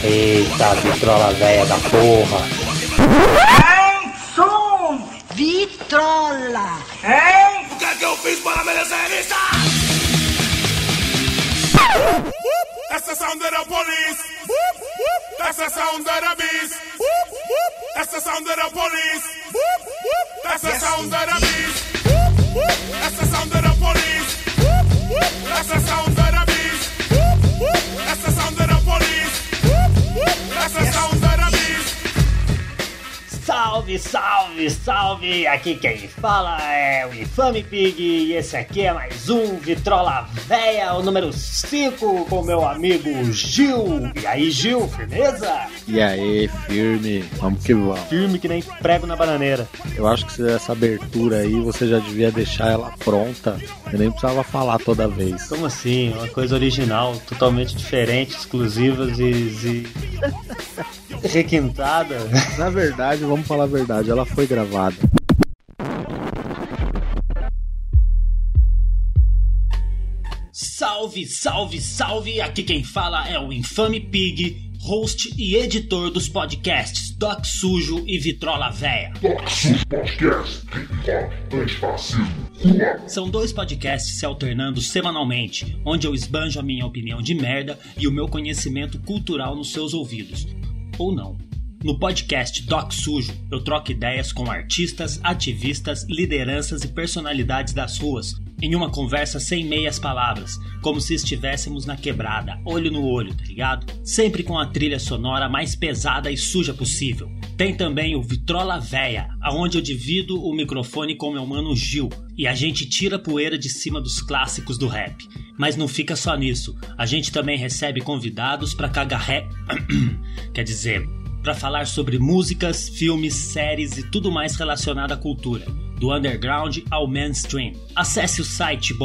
Eita, vitrola véia da porra. Hein, som, vitrola. Hein? O que é que eu fiz para merecer isso? That's the sound of the police. That's the sound of the beast. That's the sound of the police. That's the sound of the beast. That's the sound of the police. That's the sound of the beast. That's the sound of the police. That's the sound of the beast. Salve, salve, salve! Aqui quem fala é o Infame Pig e esse aqui é mais um Vitrola Véia, o número 5, com meu amigo Gil. E aí, Gil, firmeza? E aí, firme, vamos que vamos. Firme que nem prego na bananeira. Eu acho que essa abertura aí você já devia deixar ela pronta. Eu nem precisava falar toda vez. Como assim? Uma coisa original, totalmente diferente, exclusiva e requintada. Na verdade, vamos falar a verdade, ela foi gravada. Salve, salve, salve! Aqui quem fala é o Infame Pig, host e editor dos podcasts Doc Sujo e Vitrola Véia. Doc Sujo Podcast, antifascismo. São dois podcasts se alternando semanalmente, onde eu esbanjo a minha opinião de merda e o meu conhecimento cultural nos seus ouvidos. Ou não. No podcast Doc Sujo, eu troco ideias com artistas, ativistas, lideranças e personalidades das ruas, em uma conversa sem meias palavras, como se estivéssemos na quebrada, olho no olho, tá ligado? Sempre com a trilha sonora mais pesada e suja possível. Tem também o Vitrola Véia, aonde eu divido o microfone com meu mano Gil, e a gente tira a poeira de cima dos clássicos do rap. Mas não fica só nisso, a gente também recebe convidados pra cagar rap... Quer dizer... para falar sobre músicas, filmes, séries e tudo mais relacionado à cultura, do underground ao mainstream. Acesse o site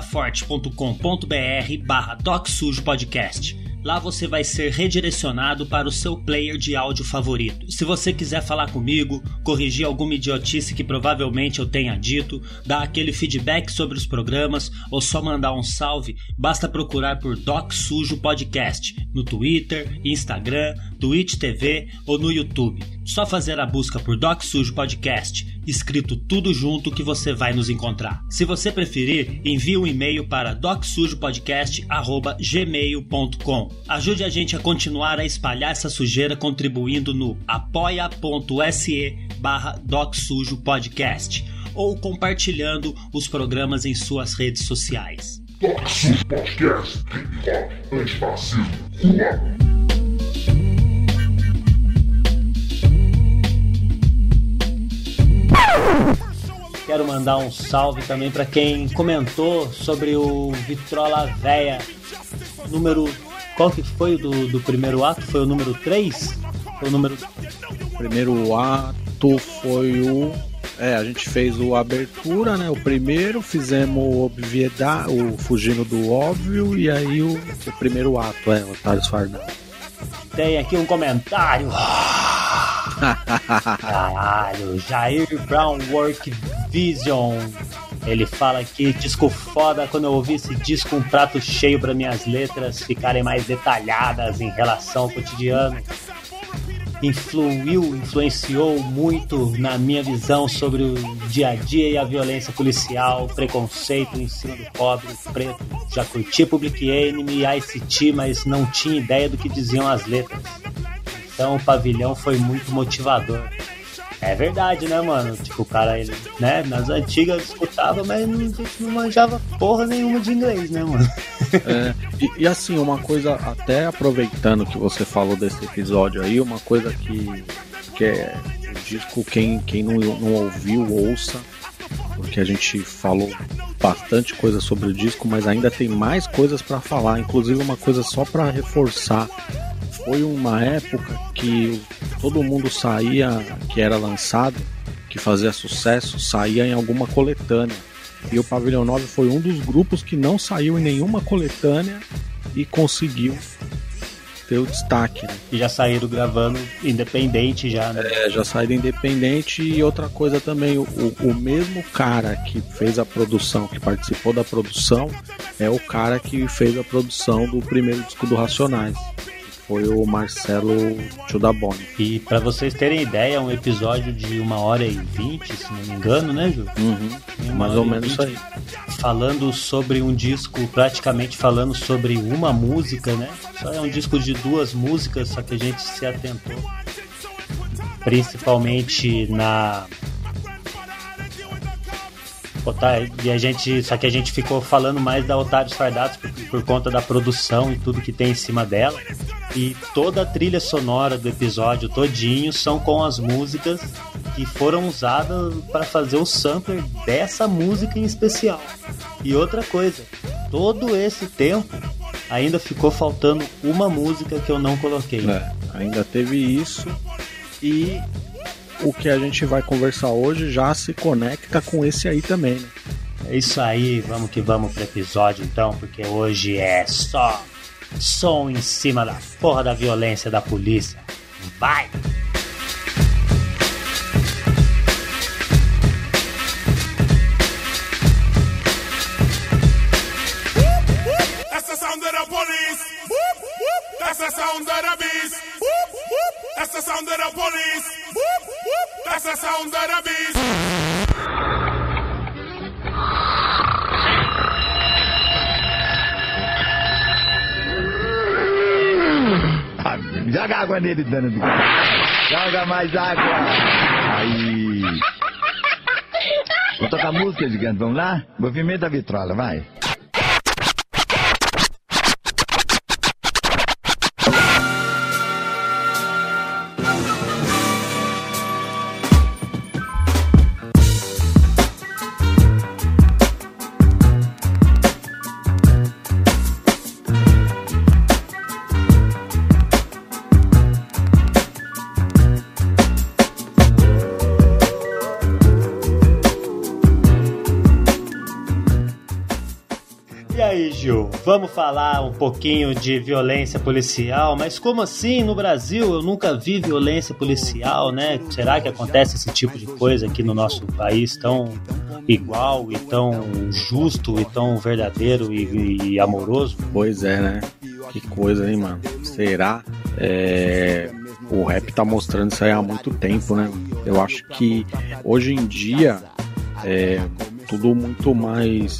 bocadaforte.com.br/DocSujoPodcast. Lá você vai ser redirecionado para o seu player de áudio favorito. Se você quiser falar comigo, corrigir alguma idiotice que provavelmente eu tenha dito, dar aquele feedback sobre os programas ou só mandar um salve, basta procurar por Doc Sujo Podcast no Twitter, Instagram, Twitch TV ou no YouTube. Só fazer a busca por Doc Sujo Podcast, escrito tudo junto que você vai nos encontrar. Se você preferir, envie um e-mail para docsujopodcast@gmail.com. Ajude a gente a continuar a espalhar essa sujeira contribuindo no apoia.se/DocSujoPodcast ou compartilhando os programas em suas redes sociais. Doc Sujo Podcast, antifascismo. Quero mandar um salve também para quem comentou sobre o Vitrola Véia número... Qual que foi do primeiro ato? Foi o número 3? Foi o número... O primeiro ato foi o... a gente fez o abertura, né? O primeiro, fizemos o obviedade, o fugindo do óbvio, e aí o primeiro ato, o Otários Fardados. Tem aqui um comentário. Caralho, Jair Brown Work Vision. Ele fala aqui, disco foda, quando eu ouvi esse disco, um prato cheio para minhas letras ficarem mais detalhadas em relação ao cotidiano. Influenciou muito na minha visão sobre o dia a dia e a violência policial, preconceito em cima do pobre, preto. Já curti Public Enemy e ICT, mas não tinha ideia do que diziam as letras. Então o Pavilhão foi muito motivador. É verdade, né, mano? Tipo, o cara, ele, né, nas antigas escutava, mas não manjava porra nenhuma de inglês, né, mano? E assim, uma coisa, até aproveitando que você falou desse episódio aí, uma coisa que é o disco, quem não ouviu, ouça, porque a gente falou bastante coisa sobre o disco, mas ainda tem mais coisas pra falar, inclusive uma coisa só pra reforçar. Foi uma época que todo mundo saía, que era lançado, que fazia sucesso, saía em alguma coletânea. E o Pavilhão 9 foi um dos grupos que não saiu em nenhuma coletânea e conseguiu ter o destaque, né? E já saíram gravando independente já, né? Já saíram independente. E outra coisa também, o mesmo cara que fez a produção, que participou da produção, é o cara que fez a produção do primeiro disco do Racionais. foi o Marcelo Chudaboni. E pra vocês terem ideia, é um episódio de 1h20, se não me engano, né, Ju? Mais ou menos isso aí. Falando sobre um disco, praticamente falando sobre uma música, né? Só é um disco de 2 músicas, só que a gente se atentou principalmente na... Só que a gente ficou falando mais da Otários Fardados por conta da produção e tudo que tem em cima dela. E toda a trilha sonora do episódio todinho são com as músicas que foram usadas para fazer o sampler dessa música em especial. E outra coisa, todo esse tempo ainda ficou faltando uma música que eu não coloquei. Ainda teve isso. E o que a gente vai conversar hoje já se conecta com esse aí também, né? É isso aí, vamos que vamos pro episódio então, porque hoje é só som em cima da porra da violência da polícia. Vai! That's the sound of the police. That's the sound of the beast. That's the sound of the police. That's the sound of the beast. Joga água nele, dano. Joga mais água. Aí. Vou tocar música, gigante. Vamos lá? Movimento da vitrola, vai. Vamos falar um pouquinho de violência policial, mas como assim? No Brasil eu nunca vi violência policial, né? Será que acontece esse tipo de coisa aqui no nosso país tão igual e tão justo e tão verdadeiro e amoroso? Pois é, né? Que coisa, hein, mano? Será? O rap tá mostrando isso aí há muito tempo, né? Eu acho que hoje em dia tudo muito mais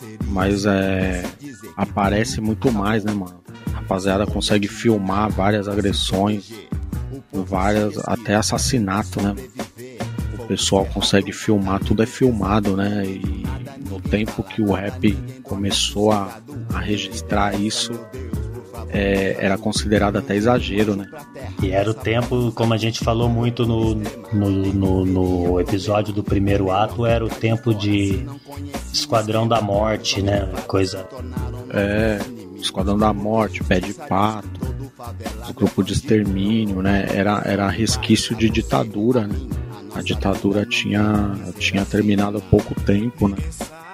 aparece muito mais, né, mano? A rapaziada consegue filmar várias agressões, até assassinato, né? O pessoal consegue filmar, tudo é filmado, né? E no tempo que o rap começou a registrar isso, era considerado até exagero, né? E era o tempo, como a gente falou muito no episódio do primeiro ato, era o tempo de Esquadrão da Morte, né? Coisa... Esquadrão da Morte, Pé de Pato, o grupo de extermínio, né? Era resquício de ditadura, né? A ditadura tinha terminado há pouco tempo, né?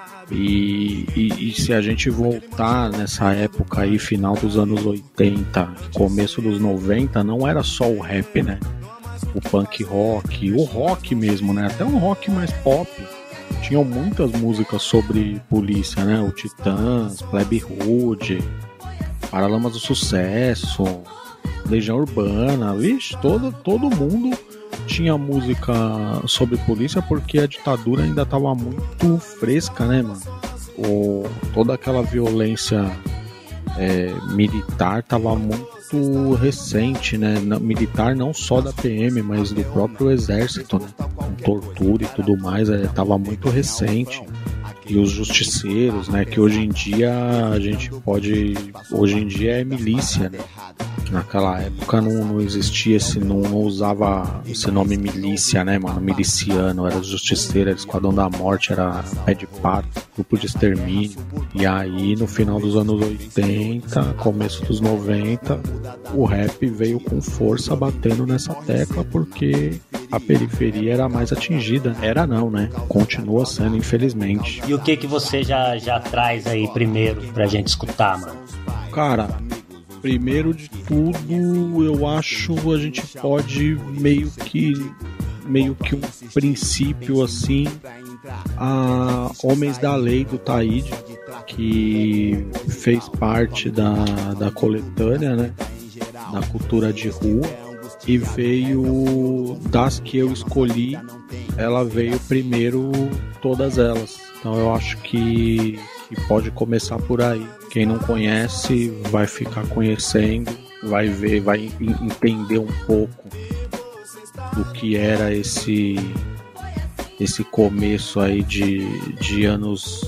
E se a gente voltar nessa época aí, final dos anos 80, começo dos 90, não era só o rap, né? O punk rock, o rock mesmo, né? Até um rock mais pop. Tinham muitas músicas sobre polícia, né? O Titãs, Plebe Rude, Paralamas do Sucesso, Legião Urbana, vixe, todo mundo tinha música sobre polícia porque a ditadura ainda estava muito fresca, né, mano? Toda aquela violência militar estava muito recente, né? Militar não só da PM, mas do próprio exército, né? Com tortura e tudo mais, estava muito recente. E os justiceiros, né? Que hoje em dia hoje em dia é milícia, né? Naquela época não existia não usava esse nome milícia, né, mano? Miliciano, era justiceiro, era Esquadrão da Morte, era Pé de Pato, grupo de extermínio. E aí, no final dos anos 80, começo dos 90, o rap veio com força batendo nessa tecla porque a periferia era mais atingida. Era não, né? Continua sendo, infelizmente. E o que você já traz aí primeiro pra gente escutar, mano? Cara, primeiro de tudo, eu acho a gente pode meio que um princípio assim, a Homens da Lei do Taíde, que fez parte da coletânea, né? da cultura de rua, e veio, das que eu escolhi, ela veio primeiro todas elas. Então eu acho que pode começar por aí. Quem não conhece vai ficar conhecendo, vai ver, vai entender um pouco do que era esse começo aí de anos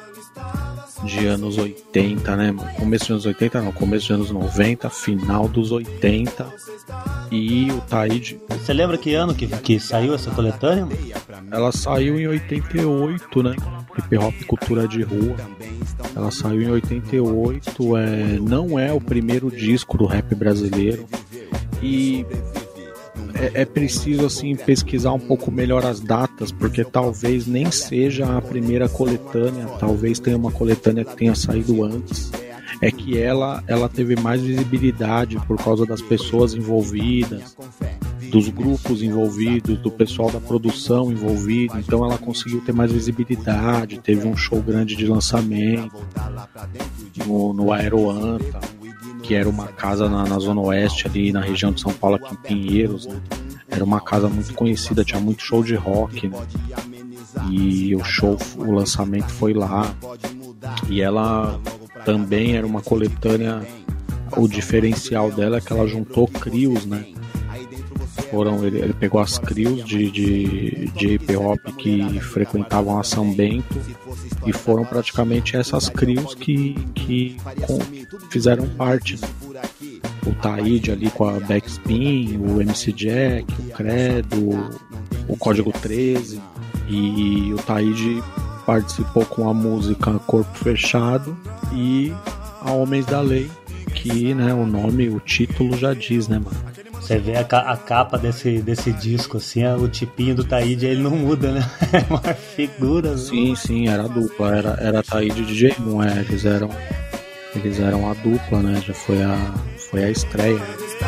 80, né? Começo dos anos 80 não, começo dos anos 90, final dos 80. E o Taíde... Você lembra que ano que saiu essa coletânea? Ela saiu em 88, né? Hip Hop Cultura de Rua. Ela saiu em 88, não é o primeiro disco do rap brasileiro. E é preciso assim pesquisar um pouco melhor as datas, porque talvez nem seja a primeira coletânea, talvez tenha uma coletânea que tenha saído antes. É que ela teve mais visibilidade por causa das pessoas envolvidas, dos grupos envolvidos, do pessoal da produção envolvido, então ela conseguiu ter mais visibilidade, teve um show grande de lançamento no Aeroanta, que era uma casa na Zona Oeste, ali na região de São Paulo, aqui em Pinheiros, né? Era uma casa muito conhecida, tinha muito show de rock, né? E o lançamento foi lá. E ela também era uma coletânea, o diferencial dela é que ela juntou crios, né? Ele pegou as crios de hip hop que frequentavam a São Bento, e foram praticamente essas crios que fizeram parte, né? O Taíde ali com a Backspin, o MC Jack, o Credo, o Código 13, e o Taíde participou com a música Corpo Fechado e a Homens da Lei, que, né, o título já diz, né, mano? Você vê a capa desse disco, assim, o tipinho do Taíde, ele não muda, né? É uma figura. Sim, era a dupla, era Taíde e DJ Moon, eles eram a dupla, né? Já foi a estreia.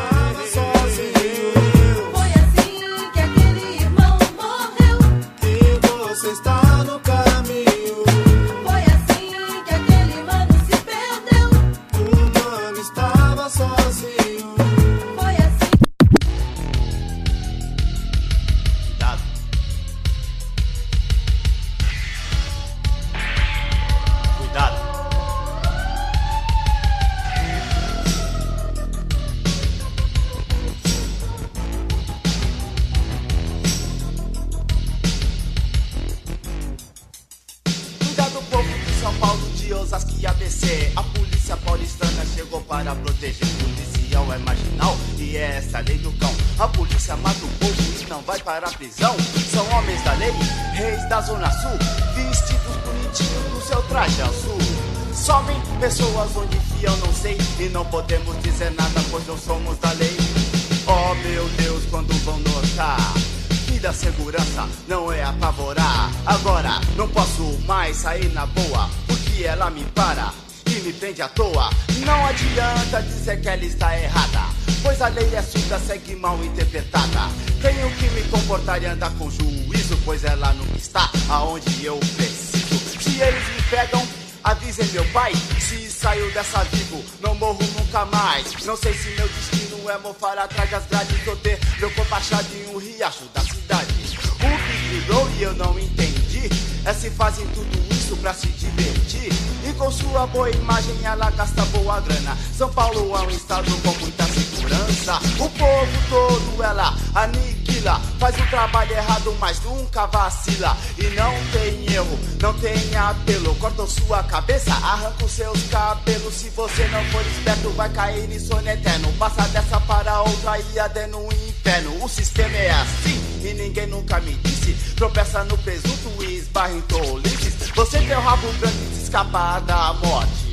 Pessoas onde enfiam, não sei, e não podemos dizer nada, pois não somos da lei. Oh meu Deus, quando vão notar que da segurança não é apavorar. Agora não posso mais sair na boa, porque ela me para e me prende à toa. Não adianta dizer que ela está errada, pois a lei é surda, segue mal interpretada. Tenho que me comportar e andar com juízo, pois ela não está aonde eu preciso. Se eles me pegam, avisem meu pai, se saiu dessa vivo, não morro nunca mais. Não sei se meu destino é mofar atrás das grades ou ter meu corpo achado em um riacho da cidade. O que virou e eu não entendi é se fazem tudo isso pra se divertir, e com sua boa imagem ela gasta boa grana. São Paulo é um estado com muita segurança, o povo todo ela aniquila, faz o trabalho errado mas nunca vacila. E não tem erro, não tem apelo, cortam sua cabeça, arrancam seus cabelos. Se você não for esperto vai cair em sono eterno, passa dessa para outra e até no inferno. O sistema é assim e ninguém nunca me disse, tropeça no presunto e esbarra em tolices. Você tem o rabo grande de escapar da morte.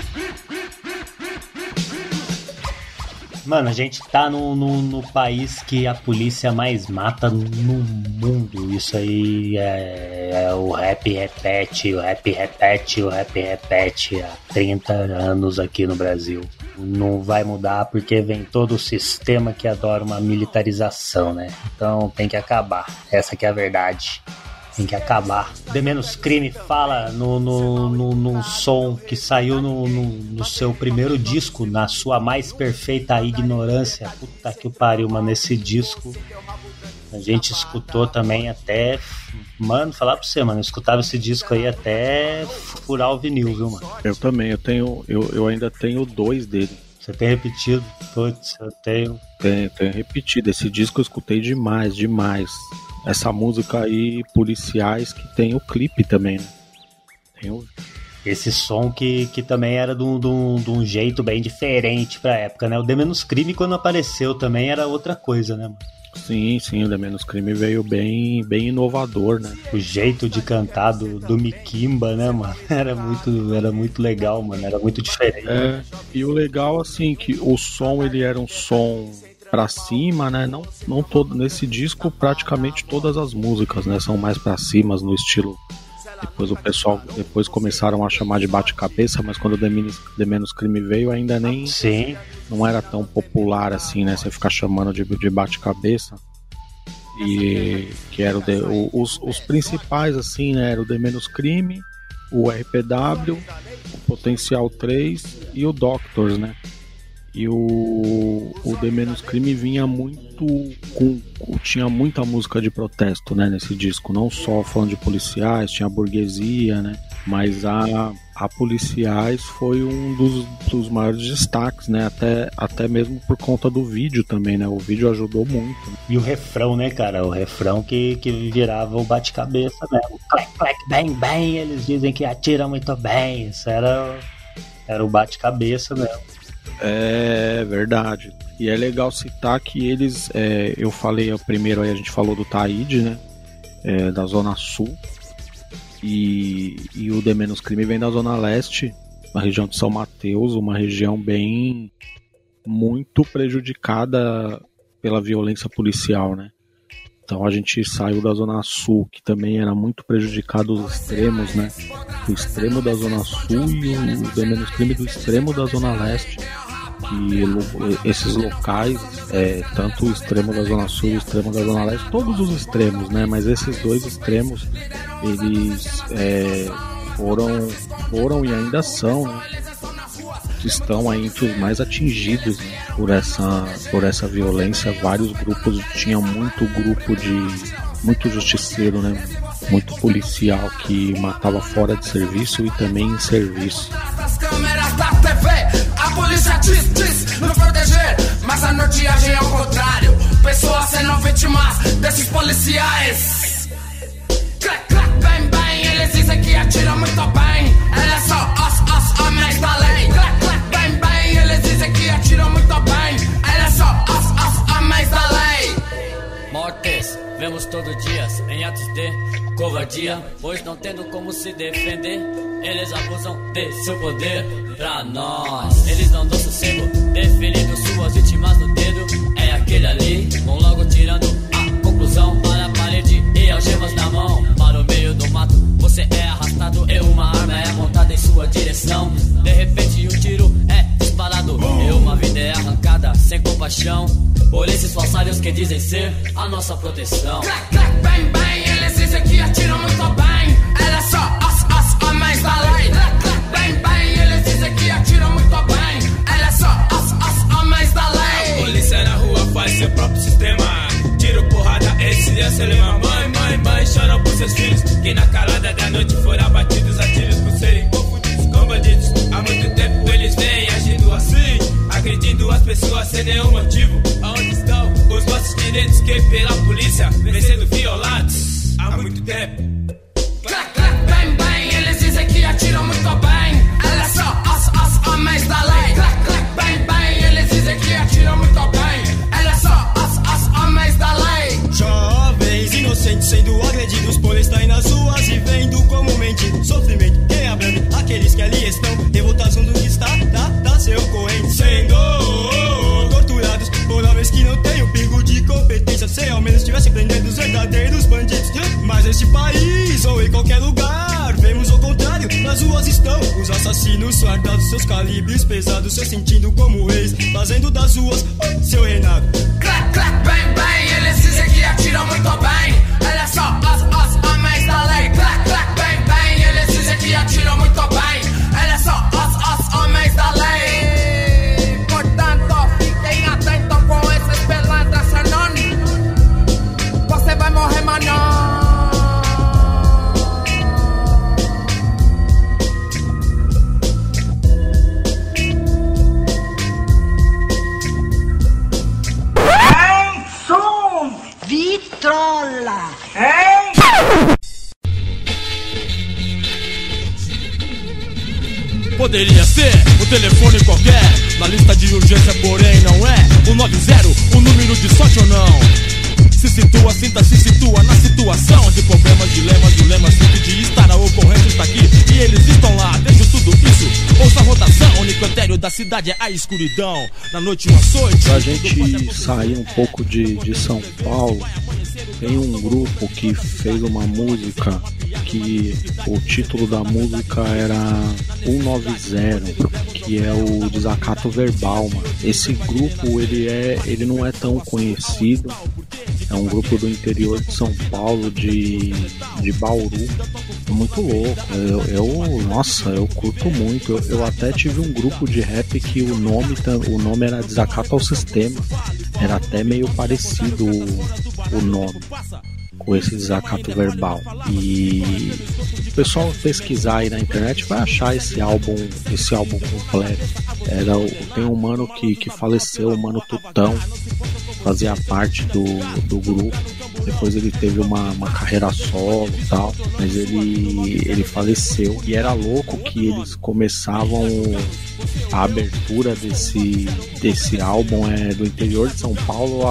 Mano, a gente tá no país que a polícia mais mata no mundo. Isso aí é o rap repete, o rap repete, o rap repete há 30 anos aqui no Brasil. Não vai mudar porque vem todo o sistema que adora uma militarização, né? Então tem que acabar. Essa que é a verdade. Tem que acabar. The Menos Crime fala no som que saiu no seu primeiro disco, na sua mais perfeita ignorância. Puta que pariu, mano, esse disco a gente escutou também até... Mano, falar pra você, mano, eu escutava esse disco aí até furar o vinil, viu, mano? Eu também, eu ainda tenho 2 dele. Você tem repetido? Putz, eu tenho... Tenho repetido, esse disco eu escutei demais. Essa música aí, Policiais, que tem o clipe também, né? Esse som que também era de um jeito bem diferente pra época, né? O The Menos Crime, quando apareceu, também era outra coisa, né, mano? Sim, o The Menos Crime veio bem inovador, né? O jeito de cantar do Mikimba, né, mano? Era muito legal, mano. Era muito diferente. E o legal, assim, que o som, ele era um som pra cima, né? Não todo, nesse disco, praticamente todas as músicas, né? São mais pra cima, no estilo... Depois o pessoal começaram a chamar de bate-cabeça, mas quando o The Menos Crime veio ainda nem... Sim. Não era tão popular assim, né? Você ficar chamando de bate-cabeça. E que eram os principais, assim, né? Era o The Menos Crime, o RPW, o Potencial 3 e o Doctors, né? E o The Menos Crime vinha muito tinha muita música de protesto, né, nesse disco, não só falando de policiais, tinha a burguesia, né, mas a Policiais foi um dos maiores destaques, né, até mesmo por conta do vídeo também, né, o vídeo ajudou muito. Né? E o refrão, né, cara, o refrão que virava o bate-cabeça mesmo, clac, clac, bang, bang, eles dizem que atira muito bem, isso era o bate-cabeça mesmo. É verdade. E é legal citar que eles, eu falei primeiro aí, a gente falou do Taíde, né, da Zona Sul, e o The Menos Crime vem da Zona Leste, na região de São Mateus, uma região bem muito prejudicada pela violência policial, né. Então a gente saiu da Zona Sul, que também era muito prejudicado os extremos, né, o extremo da Zona Sul e o The Menos Crime do extremo da Zona Leste. Que esses locais, tanto o extremo da Zona Sul e o extremo da Zona Leste, todos os extremos, né? Mas esses dois extremos, eles foram e ainda são, né? Estão aí entre os mais atingidos, né? por essa violência. Vários grupos, tinha muito justiceiro, né? Muito policial que matava fora de serviço e também em serviço. Das câmeras da TV, a polícia diz nos proteger, mas a norteagem é o contrário. Pessoas sendo vítimas desses policiais. Clac, clac, bem, bem, eles dizem que atiram muito bem. Ela é só os homens da lei. Clac, clac, bem, bem, eles dizem que atiram muito bem. Ela é só os homens da lei. Mortes, vemos todo dia em atos de covardia, pois não tendo como se defender, eles abusam de seu poder pra nós. Eles não dão sossego, definindo suas vítimas no dedo. É aquele ali, vão logo tirando a conclusão. Para a parede e algemas na mão. Para o meio do mato, você é arrastado e uma arma é apontada em sua direção. De repente um tiro é disparado e uma vida é arrancada sem compaixão. Por esses falsários que dizem ser a nossa proteção. Clac, clac, bem, bem, eles dizem que atiram muito bem. Ela é só os homens da lei. Clac, clac, bem, bem, eles dizem que atiram muito bem. Ela é só os homens da lei. A polícia na rua faz seu próprio sistema. Tiro, porrada, esse dia você leva. Mãe, choram por seus filhos que na calada da noite foram abatidos a tiros por serem confundidos com bandidos. Há muito tempo eles vêm agindo assim, agredindo as pessoas sem nenhum motivo. Aonde estão os nossos direitos que pela polícia vêm sendo violados há muito tempo? Clac, clac, bem, bem, eles dizem que atiram muito bem. Ela é só os homens da lei. Clac, clac, bem, bem, eles dizem que atiram muito bem. Ela é só os homens da lei. Jovens inocentes sendo agredidos por estarem nas ruas e vendo comumente sofrimento reabrando aqueles que ali estão revoltados onde está, tá seu corrente. Sendo torturados por homens que não têm um pingo de competência. Se ao menos estivessem prendendo os verdadeiros bandidos. Mas neste país ou em qualquer lugar vemos o contrário, nas ruas estão os assassinos guardados, seus calibres pesados, se sentindo como reis, fazendo das ruas seu reinado. Clac, clac, bem, bem, eles dizem que atiram muito bem. Ela é só os homens da atiram muito bem. Eles são os homens da lei. Portanto, fiquem atentos com esses pelantras, senão você vai morrer, mano. Vitrola, hein? Poderia ser um telefone qualquer, na lista de urgência, porém não é. O 90, o número de sorte ou não. Se situa, sinta, se situa na situação de problemas, dilemas, sempre de estar a ocorrência está aqui e eles estão lá. Vejo tudo isso, ouça a rotação. O único critério da cidade é a escuridão. Na noite um açoite. Pra gente sair um pouco de São Paulo, tem um grupo que fez uma música que o título da música era 190, que é o Desacato Verbal, mano. Esse grupo, ele não é tão conhecido. É um grupo do interior de São Paulo, de Bauru. Muito louco. Nossa, eu curto muito. Eu até tive um grupo de rap que o nome era Desacato ao Sistema. Era até meio parecido o nome com esse Desacato Verbal. E o pessoal pesquisar aí na internet vai achar esse álbum completo. Tem um mano que faleceu, o Mano Tutão, fazia parte do grupo. Depois ele teve uma carreira solo e tal, mas ele faleceu. E era louco que eles começavam a abertura desse álbum do interior de São Paulo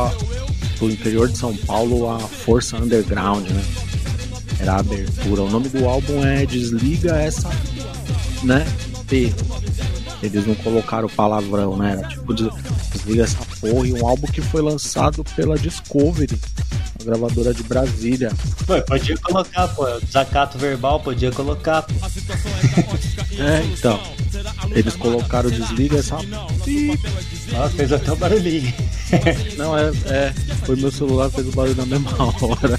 a Força Underground, né? Era a abertura. O nome do álbum é Desliga Essa, né? P. Eles não colocaram palavrão, né? Era tipo Desliga Essa porra. E um álbum que foi lançado pela Discovery, a gravadora de Brasília. Pô, podia colocar, pô. Desacato Verbal, podia colocar, pô. Então. Eles colocaram Desliga Essa. Nossa, fez até o barulhinho. Não, foi meu celular, fez o barulho na mesma hora.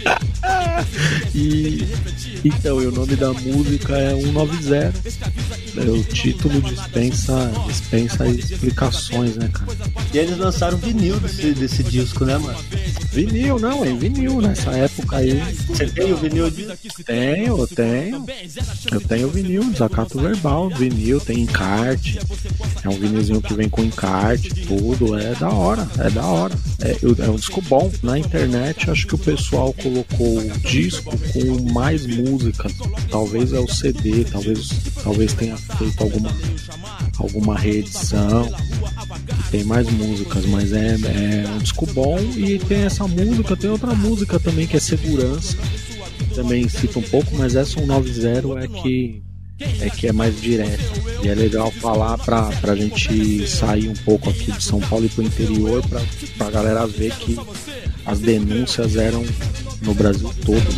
Então, o nome da música é 190. O título dispensa explicações, né, cara? E eles lançaram vinil desse disco, né, mano? Vinil, não, é vinil nessa época aí. Você tem o vinil disso? Tenho. Eu tenho vinil, Desacato Verbal, vinil, tem encarte. É um vinilzinho que vem com encarte, tudo, é da hora. É um disco bom. Na internet, acho que o pessoal colocou o disco com mais músicas. Talvez é o CD, talvez tenha feito alguma reedição. Tem mais músicas, mas é um disco bom. E tem essa música, tem outra música também que é Segurança. Também cita um pouco, mas essa 190 é que é mais direta. E é legal falar pra gente sair um pouco aqui de São Paulo e pro interior, pra galera ver que as denúncias eram no Brasil todo.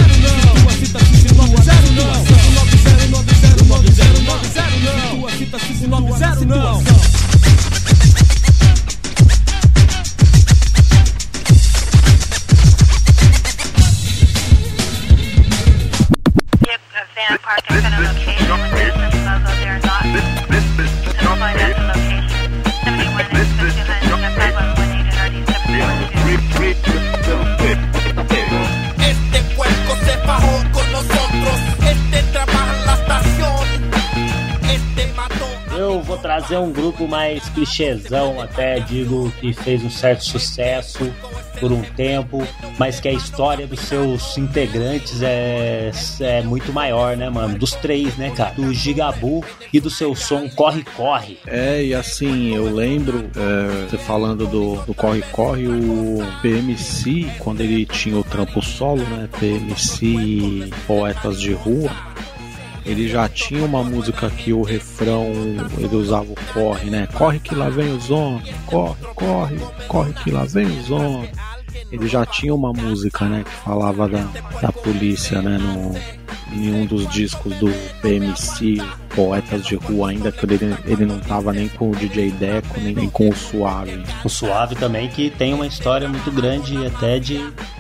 Eu vou trazer um grupo mais clichêzão, até digo que fez um certo sucesso por um tempo, mas que a história dos seus integrantes é muito maior, né, mano? Dos três, né, cara? Do Gigabu e do seu som Corre Corre. E assim, eu lembro, você falando do Corre Corre, o PMC, quando ele tinha o trampo solo, né, PMC Poetas de Rua, ele já tinha uma música que o refrão, ele usava o corre, né? Corre que lá vem os homens, corre que lá vem os homens. Ele já tinha uma música, né, que falava da polícia, né, em um dos discos do PMC, Poetas de Rua, ainda que ele não tava nem com o DJ Deco, nem com o Suave. O Suave também, que tem uma história muito grande até de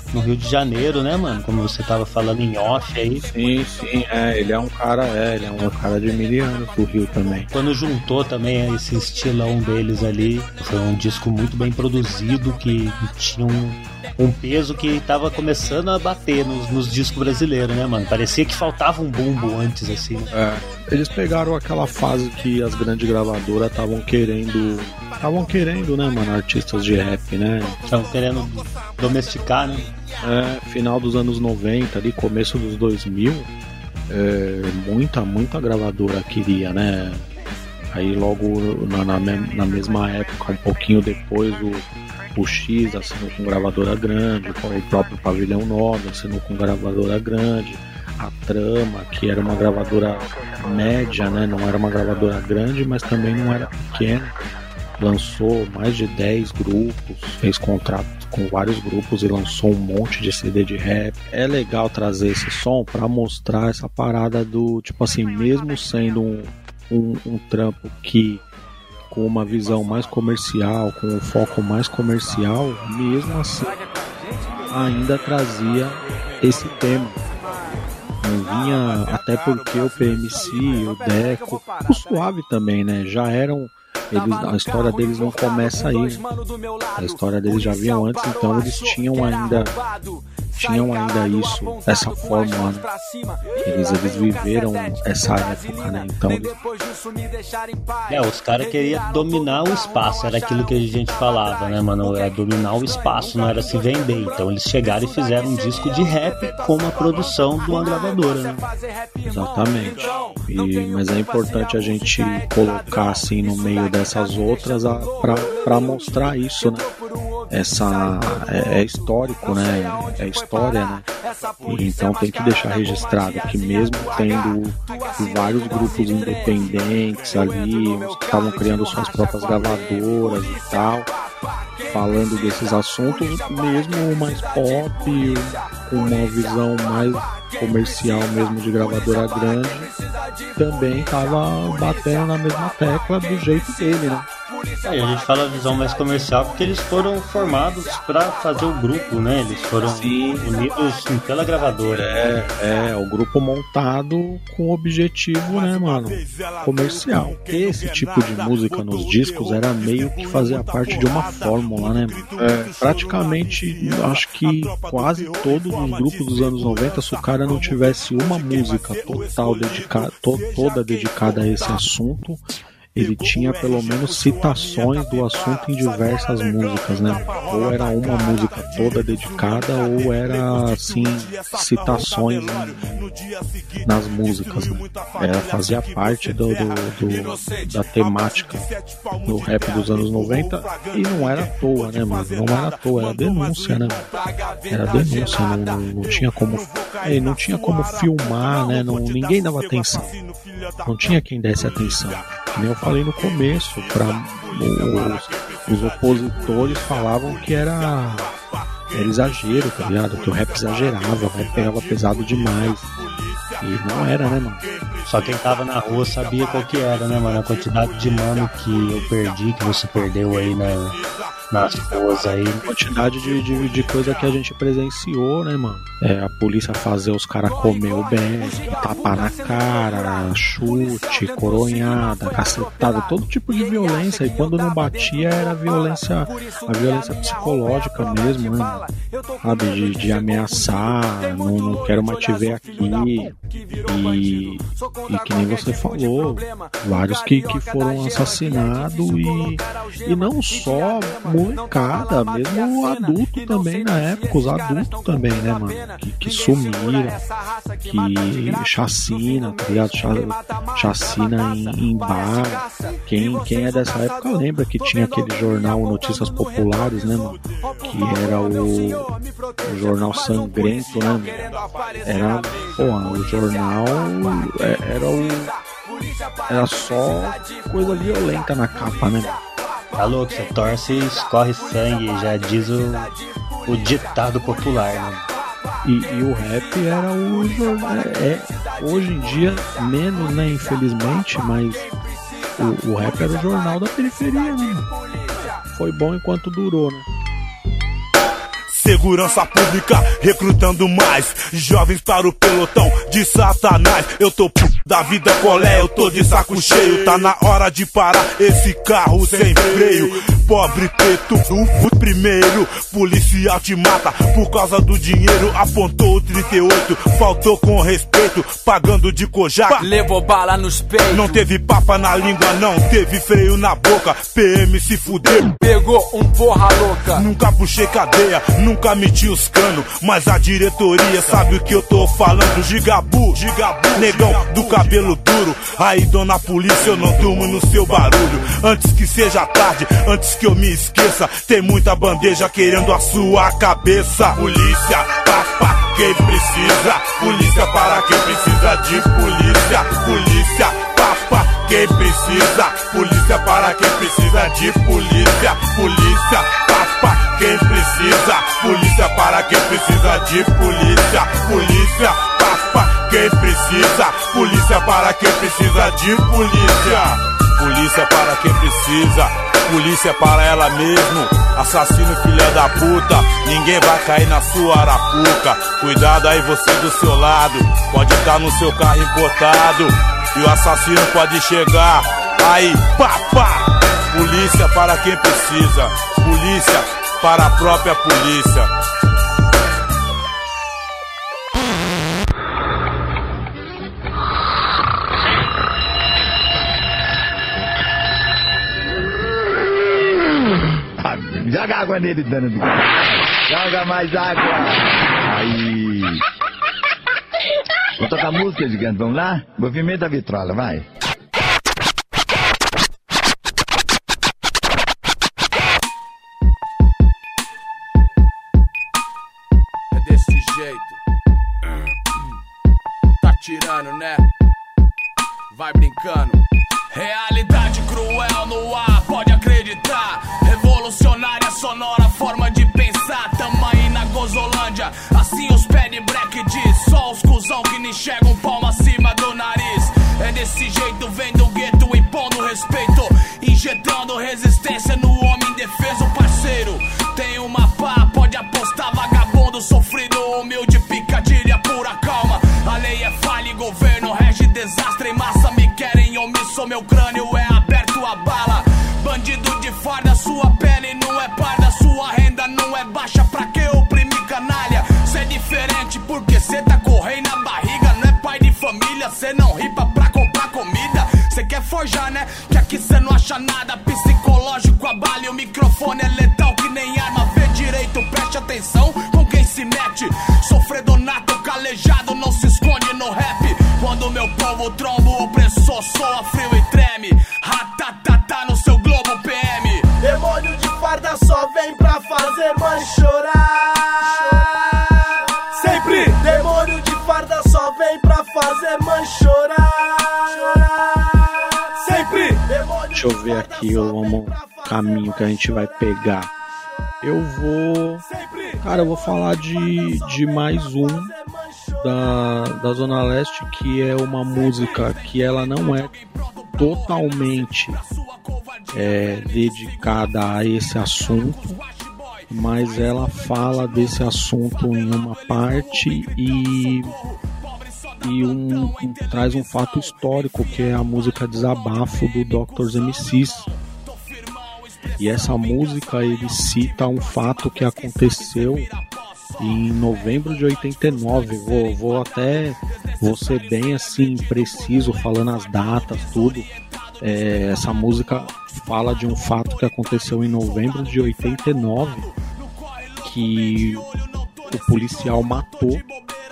no Rio de Janeiro, né, mano? Como você tava falando em off aí. Sim, ele é um cara de miliano do Rio também. Quando juntou também esse estilão deles ali, foi um disco muito bem produzido, que tinha um peso que tava começando a bater nos discos brasileiros, né, mano? Parecia que faltava um bumbo antes, assim. Eles pegaram aquela fase que as grandes gravadoras estavam querendo, né, mano, artistas de rap, né? Estavam querendo domesticar, né? Final dos anos 90, ali, começo dos 2000, muita gravadora queria, né? Aí logo na mesma época, um pouquinho depois, o X assinou com gravadora grande, o próprio Pavilhão 9 assinou com gravadora grande, a Trama, que era uma gravadora média, né? Não era uma gravadora grande, mas também não era pequena, lançou mais de 10 grupos, fez contrato com vários grupos e lançou um monte de CD de rap. É legal trazer esse som pra mostrar essa parada do, tipo assim, mesmo sendo um trampo que com uma visão mais comercial, com um foco mais comercial, mesmo assim ainda trazia esse tema. Não vinha, até porque o PMC, o Deco, o Suave também, né, já eram, a história deles não começa aí, né? A história deles já vinham antes, então eles tinham ainda isso, essa fórmula, né? Eles viveram essa época, né? Então os caras queriam dominar o espaço, era aquilo que a gente falava, né, mano? Era dominar o espaço, não era se vender. Então eles chegaram e fizeram um disco de rap com uma produção de uma gravadora, né? Exatamente. Mas é importante a gente colocar assim no meio dessas outras pra mostrar isso, né? É histórico, né? É história, né? E então tem que deixar registrado que mesmo tendo vários grupos independentes ali, uns que estavam criando suas próprias gravadoras e tal, falando desses assuntos, mesmo mais pop, com uma visão mais comercial mesmo de gravadora grande, também tava batendo na mesma tecla do jeito dele, né? A gente fala visão mais comercial porque eles foram formados pra fazer o grupo, né? Eles foram unidos pela gravadora. O grupo montado com objetivo, né, mano, comercial. Esse tipo de música nos discos era meio que fazia parte de uma fórmula, né? Praticamente, acho que quase todos os grupos dos anos 90, se o cara não tivesse uma música toda dedicada a esse assunto, ele tinha pelo menos citações do assunto em diversas músicas, né? Ou era uma música toda dedicada, ou era, assim, citações nas músicas, né? Fazia parte da temática do rap dos anos 90, e não era à toa, né, mano? Não era à toa, era denúncia, né? Era denúncia, não tinha como... não tinha como filmar, né? Ninguém dava atenção. Não tinha quem desse atenção. Que nem eu falei no começo, os opositores falavam que era exagero, tá ligado? Que o rap exagerava, o rap pegava pesado demais. E não era, né, mano? Só quem tava na rua sabia qual que era, né, mano? A quantidade de mano que eu perdi, que você perdeu aí nas ruas aí. Quantidade de coisa que a gente presenciou, né, mano? A polícia fazer os caras comer o bem, tapar na cara, chute, coronhada, cacetada, todo tipo de violência. E quando não batia era a violência psicológica mesmo, né, mano? Sabe, de ameaçar, não quero mais te ver aqui. E que nem você falou, vários que foram assassinados e não só molecada, mesmo adulto também na época, os adultos também, né, mano, que sumiram, que chacina, tá ligado? Chacina em bar. Quem é dessa época lembra que tinha aquele jornal Notícias Populares, né, mano, que era o jornal sangrento, né, era, o jornal era só coisa violenta na capa, né? Tá louco, você torce e escorre sangue, já diz o ditado popular, né? E o rap era o jornal. Hoje em dia, menos, né? Infelizmente, mas o rap era o jornal da periferia, né? Foi bom enquanto durou, né? Cê segurança pública recrutando mais jovens para o pelotão de Satanás. Eu tô p*** da vida colé, eu tô de saco cheio. Tá na hora de parar esse carro sem freio. Pobre preto, o primeiro policial te mata por causa do dinheiro. Apontou o 38, faltou com respeito, pagando de Kojak. Levou bala nos peitos. Não teve papa na língua, não teve freio na boca. PM se fudeu. Pegou um porra louca. Nunca puxei cadeia, nunca meti os canos, mas a diretoria sabe o que eu tô falando. Gigabu, negão do cabelo duro. Aí, dona polícia, eu não durmo no seu barulho. Antes que seja tarde, antes que eu me esqueça, tem muita bandeja querendo a sua cabeça. Polícia, pra quem precisa. Polícia para quem precisa de polícia. Polícia, pra quem precisa. Polícia para quem precisa de polícia. Polícia, pra quem precisa. Polícia para quem precisa de polícia. Polícia, pra quem precisa. Polícia para quem precisa de polícia. Polícia para quem precisa. Polícia para ela mesmo. Assassino, filha da puta, ninguém vai cair na sua arapuca. Cuidado aí você do seu lado, pode estar no seu carro importado e o assassino pode chegar. Aí, pá. Polícia para quem precisa. Polícia para a própria polícia. Joga água nele, dano. Joga mais água. Aí. Vou tocar música, gigante. Vamos lá? Movimento da vitrola, vai. É desse jeito. Tá tirando, né? Vai brincando. Realidade cruel no ar, pode acreditar. Revolucionária, sonora, forma de pensar. Tamo aí na Gozolândia, assim os pé de break diz. Só os cuzão que nem enxergam palma acima do nariz. É desse jeito, vem do gueto, impondo respeito, injetando resistência no homem indefeso, parceiro. Tem uma pá, pode apostar, vagabundo sofrido, humilde, picadilha, pura calma. A lei é falha e governo rege desastre em massa. Me querem omisso, meu crânio é aberto a bala. Bandido de farda, sua pele não é parda, sua renda não é baixa, pra que oprimir canalha? Cê é diferente porque cê tá correndo na barriga, não é pai de família, cê não ripa pra comprar comida. Cê quer forjar, né? Que aqui cê não acha nada, psicológico a bala e o microfone é letal que nem arma. Vê direito, preste atenção com quem se mete. Sofredonato, calejado, não se esconde no rap. Quando meu povo tromba, o opressor soa frio e treme. Ratatata no seu globo PM. Demônio de farda só vem pra fazer mãe chorar. Sempre. Demônio de farda só vem pra fazer mãe chorar. Sempre. Deixa eu ver aqui o caminho que a gente vai pegar. Eu vou falar de mais um da Zona Leste, que é uma música que ela não é totalmente dedicada a esse assunto, mas ela fala desse assunto em uma parte e traz um fato histórico, que é a música Desabafo do Dr. MCs. E essa música ele cita um fato que aconteceu em novembro de 89. Vou ser bem assim preciso falando as datas, tudo. Essa música fala de um fato que aconteceu em novembro de 89, que o policial matou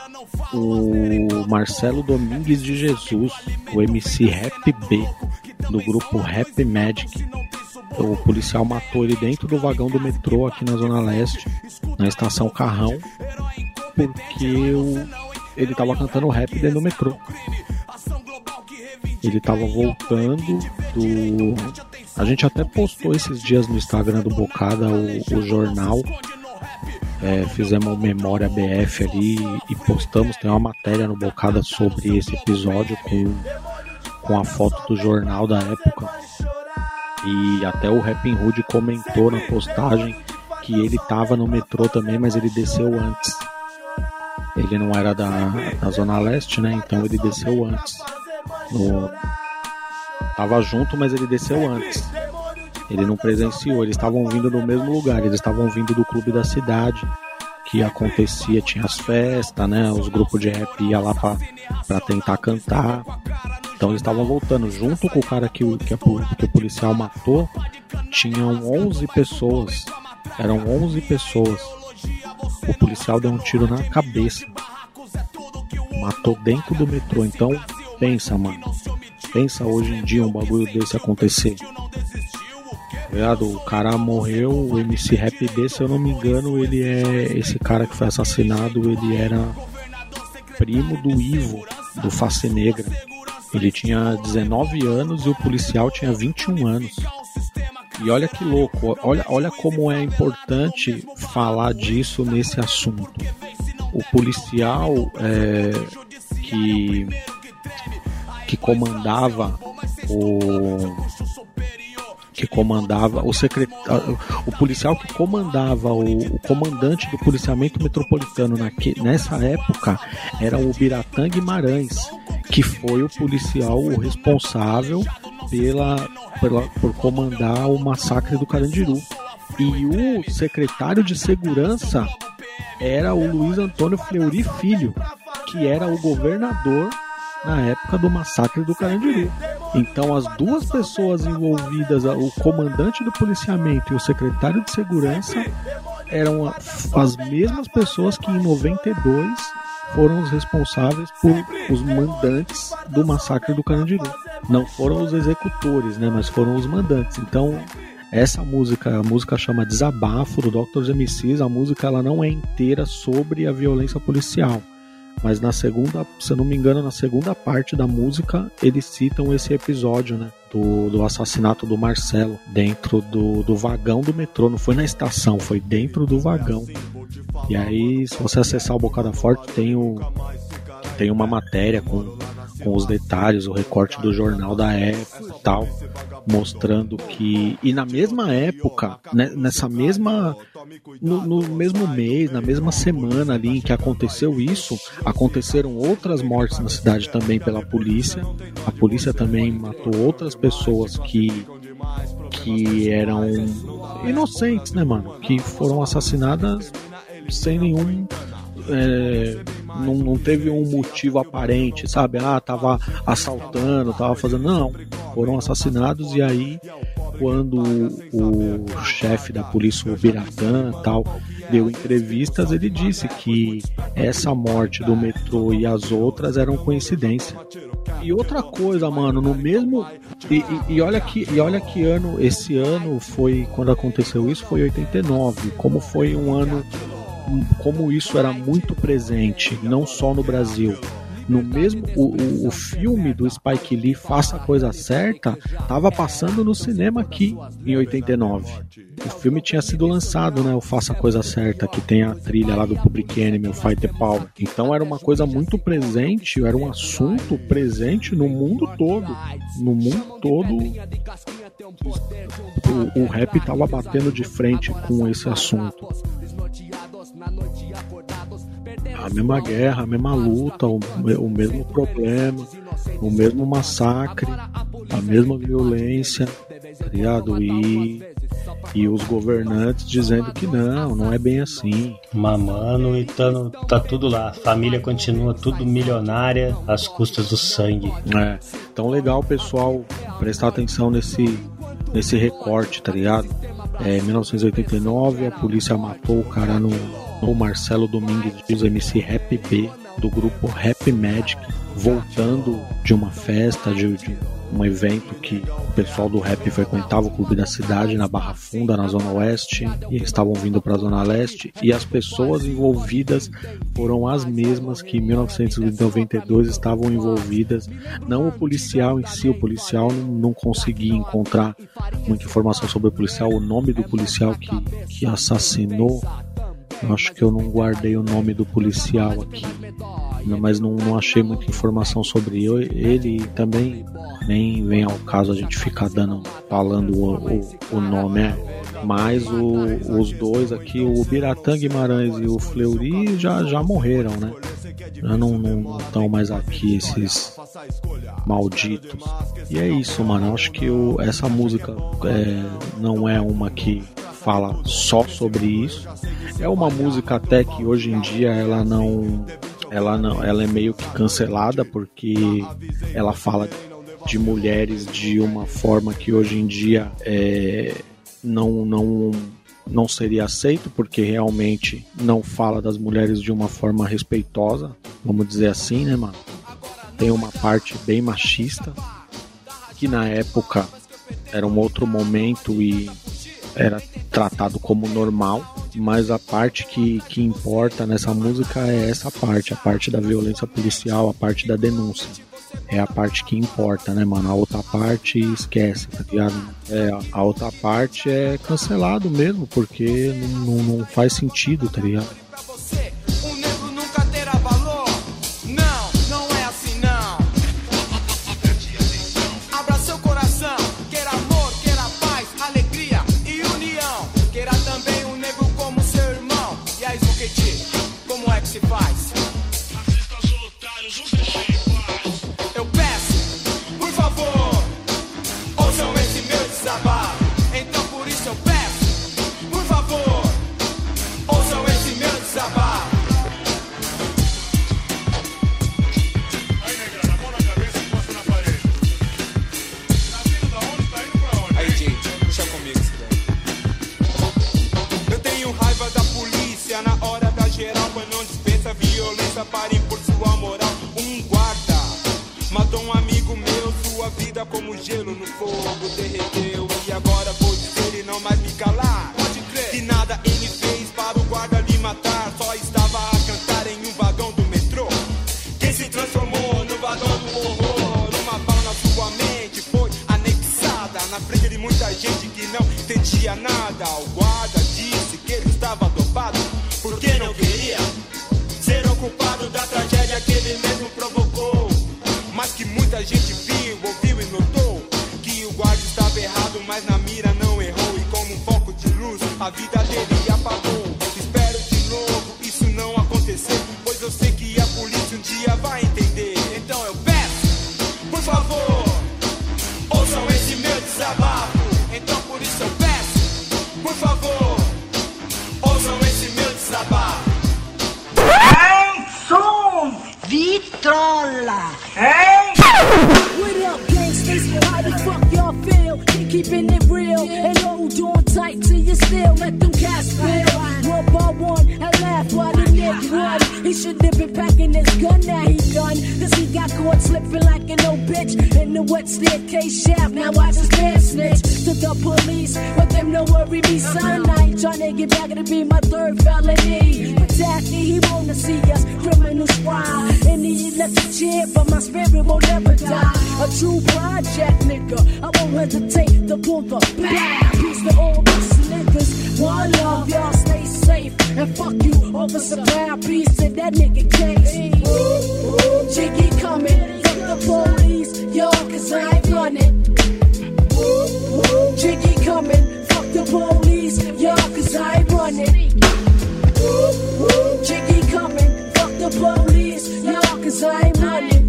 o Marcelo Domingues de Jesus, o MC Rap B, do grupo Rap Magic. O policial matou ele dentro do vagão do metrô aqui na Zona Leste, na estação Carrão, porque ele tava cantando rap dentro do metrô. Ele tava voltando do... A gente até postou esses dias no Instagram do Bocada o jornal. Fizemos uma memória BF ali e postamos. Tem uma matéria no Bocada sobre esse episódio com a foto do jornal da época. E até o Rapping Hood comentou na postagem que ele estava no metrô também, mas ele desceu antes. Ele não era da Zona Leste, né? Então ele desceu antes. Tava junto, mas ele desceu antes. Ele não presenciou, eles estavam vindo no mesmo lugar, eles estavam vindo do clube da cidade, que acontecia, tinha as festas, né? Os grupos de rap iam lá pra tentar cantar. Então eles estavam voltando, junto com o cara que o policial matou, tinham 11 pessoas. Eram 11 pessoas. O policial deu um tiro na cabeça. Matou dentro do metrô. Então, pensa, mano. Pensa hoje em dia um bagulho desse acontecer. O cara morreu, o MC Rap B, se eu não me engano, ele é... Esse cara que foi assassinado, ele era primo do Ivo, do Face Negra. Ele tinha 19 anos e o policial tinha 21 anos. E olha que louco, olha como é importante falar disso nesse assunto. O policial que comandava o policial que comandava o comandante do policiamento metropolitano nessa época era o Biratã Guimarães, que foi o policial responsável por comandar o massacre do Carandiru. E o secretário de segurança era o Luiz Antônio Fleury Filho, que era o governador na época do massacre do Carandiru. Então as duas pessoas envolvidas, o comandante do policiamento e o secretário de segurança, eram as mesmas pessoas que em 92 foram os responsáveis por os mandantes do massacre do Carandiru. Não foram os executores, né, mas foram os mandantes. Então essa música, a música chama Desabafo, do Dr. MCs. A música ela não é inteira sobre a violência policial, mas na segunda, se eu não me engano, na segunda parte da música, eles citam esse episódio, né, do assassinato do Marcelo dentro do vagão do metrô. Não foi na estação, foi dentro do vagão. E aí, se você acessar o Bocada Forte, tem uma matéria com os detalhes, o recorte do jornal da época e tal, mostrando que... E na mesma época, né, no mesmo mês, na mesma semana ali em que aconteceu isso, aconteceram outras mortes na cidade também pela polícia. A polícia também matou outras pessoas que eram inocentes, né, mano? Que foram assassinadas sem nenhum... não teve um motivo aparente, sabe? Tava assaltando, tava fazendo... Não, foram assassinados. E aí, quando o chefe da polícia, o Biratã, tal, deu entrevistas, ele disse que essa morte do metrô e as outras eram coincidência. E outra coisa, mano, no mesmo... E olha que ano, esse ano foi, quando aconteceu isso, foi 89. Como foi um ano... Como isso era muito presente, não só no Brasil. No mesmo, o filme do Spike Lee, Faça a Coisa Certa, estava passando no cinema aqui em 89. O filme tinha sido lançado, né, o Faça a Coisa Certa, que tem a trilha lá do Public Enemy, o Fight the Power. Então era uma coisa muito presente, era um assunto presente no mundo todo. No mundo todo, o rap estava batendo de frente com esse assunto. A mesma guerra, a mesma luta, o mesmo problema, o mesmo massacre, a mesma violência, tá ligado? E os governantes dizendo que não é bem assim. Mamando e tá tudo lá. A família continua tudo milionária às custas do sangue. Então legal, pessoal, prestar atenção nesse recorte, tá ligado? Em 1989, a polícia matou o cara no Marcelo Domingues, MC Rap B, do grupo Rap Magic, voltando de uma festa, de um evento que o pessoal do rap frequentava, o clube da cidade, na Barra Funda, na Zona Oeste, e eles estavam vindo para a Zona Leste, e as pessoas envolvidas foram as mesmas que em 1992 estavam envolvidas. Não o policial em si, o policial não conseguia encontrar muita informação sobre o policial, o nome do policial que assassinou. Eu acho que eu não guardei o nome do policial aqui, mas não achei muita informação sobre ele, e também nem vem ao caso a gente ficar falando o nome. Mas os dois aqui, o Biratã Guimarães e o Fleury já morreram, né? Já não estão mais aqui, esses malditos. E é isso, mano. Eu acho que essa música não é uma que fala só sobre isso. É uma música até que hoje em dia ela é meio que cancelada, porque ela fala de mulheres de uma forma que hoje em dia não seria aceito, porque realmente não fala das mulheres de uma forma respeitosa, vamos dizer assim, né, mano? Tem uma parte bem machista, que na época era um outro momento e era tratado como normal, mas a parte que importa nessa música é essa parte, a parte da violência policial, a parte da denúncia. É a parte que importa, né, mano? A outra parte esquece, tá ligado? A outra parte é cancelado mesmo, porque não faz sentido, tá ligado? Para impor sua moral, um guarda matou um amigo meu, sua vida como gelo no fogo derreteu. E agora vou dizer e não mais me calar, pode crer que nada ele fez para o guarda lhe matar. Só estava a cantar em um vagão do metrô, quem se transformou no vagão do horror. Uma bala na sua mente foi anexada na frente de muita gente que não entendia nada. O guarda disse que ele estava dopado porque não queria ser o culpado da tragédia que ele mesmo provocou. Mas que muita gente viu, ouviu e notou que o guarda estava errado, mas na mira não errou. E como um foco de luz, a vida dele apagou. Espero de novo isso não acontecer, pois eu sei que a polícia um dia vai entender. Então eu peço, por favor, ouçam esse meu desabafo. Então por isso eu peço, por favor, ouçam esse meu desabafo. Vitrola, hein? What up, gangsters? How the fuck y'all feel? Keeping it real and hold on tight till you still let them cats feel. One by one and laugh while the nigga run. He should have been packing his gun, now he done. Cause he got caught slipping like an old bitch in the wet staircase shaft. Now watch his man snitch to the police, but them no worry me, son. I ain't tryna get back to be my third felony. But Tacky, he wanna see us criminals wild. And he left a chair, but my spirit won't ever die. A true project nigga, I won't hesitate to pull the bad piece to all these niggas. One love, y'all stay safe. And fuck you, Officer Brown, piece to that nigga case. Jiggy coming, fuck the police, y'all, cause I ain't running. Jiggy coming, fuck the police, y'all, cause I ain't running. Jiggy coming, fuck the police, y'all, cause I ain't running.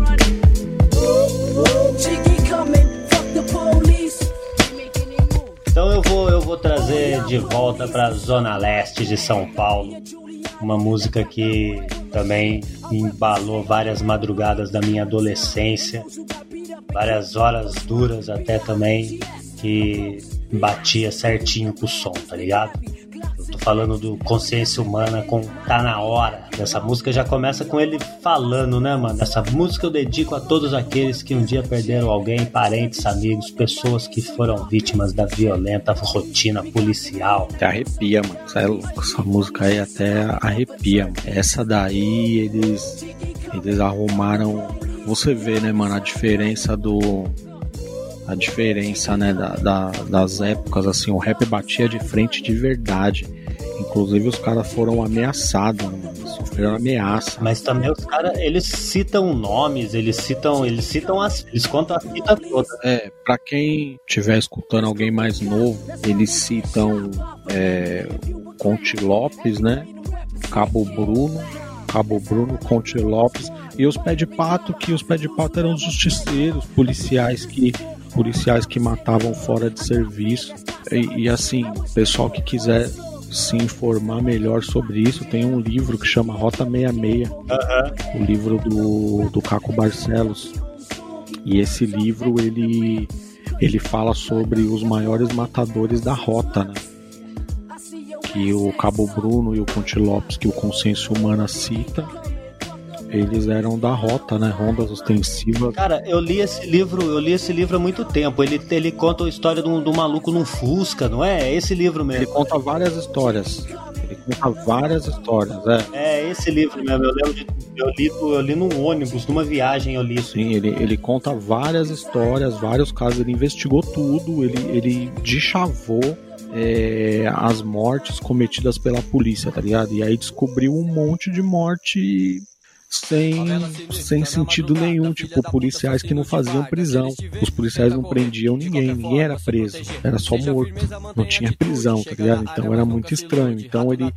Jiggy coming, fuck the police. Então eu vou trazer de volta pra Zona Leste de São Paulo uma música que também embalou várias madrugadas da minha adolescência, várias horas duras até também, que batia certinho com o som, tá ligado? Eu tô falando do Consciência Humana com Tá Na Hora. Essa música já começa com ele falando, né, mano? Essa música eu dedico a todos aqueles que um dia perderam alguém, parentes, amigos, pessoas que foram vítimas da violenta rotina policial. Até arrepia, mano. Isso é louco. Essa música aí até arrepia, mano. Essa daí eles arrumaram. Você vê, né, mano, a diferença, né, das épocas, assim, o rap batia de frente de verdade. Inclusive os caras foram ameaçados, né? Sofreram ameaça. Mas também os caras, eles citam nomes, eles contam a fita toda. Pra quem estiver escutando alguém mais novo, eles citam Conte Lopes, né? Cabo Bruno, Conte Lopes e os Pé de Pato, que os Pé de Pato eram justiceiros, policiais que matavam fora de serviço. E assim, pessoal que quiser se informar melhor sobre isso, tem um livro que chama Rota 66, o livro do Caco Barcelos. E esse livro ele fala sobre os maiores matadores da rota, né? Que o Cabo Bruno e o Conte Lopes, que o Consciência Humana cita, eles eram da rota, né? Rondas ostensivas. Cara, eu li esse livro há muito tempo. Ele conta a história do maluco num Fusca, não é? É esse livro mesmo. Ele conta várias histórias. É esse livro mesmo. Eu lembro eu li num ônibus, numa viagem eu li isso. Sim, ele conta várias histórias, vários casos. Ele investigou tudo, ele deschavou as mortes cometidas pela polícia, tá ligado? E aí descobriu um monte de morte sem sentido nenhum, tipo policiais que não faziam prisão. Os policiais não prendiam ninguém era preso, era só morto, não tinha prisão, tá ligado? Então era muito estranho. Então ele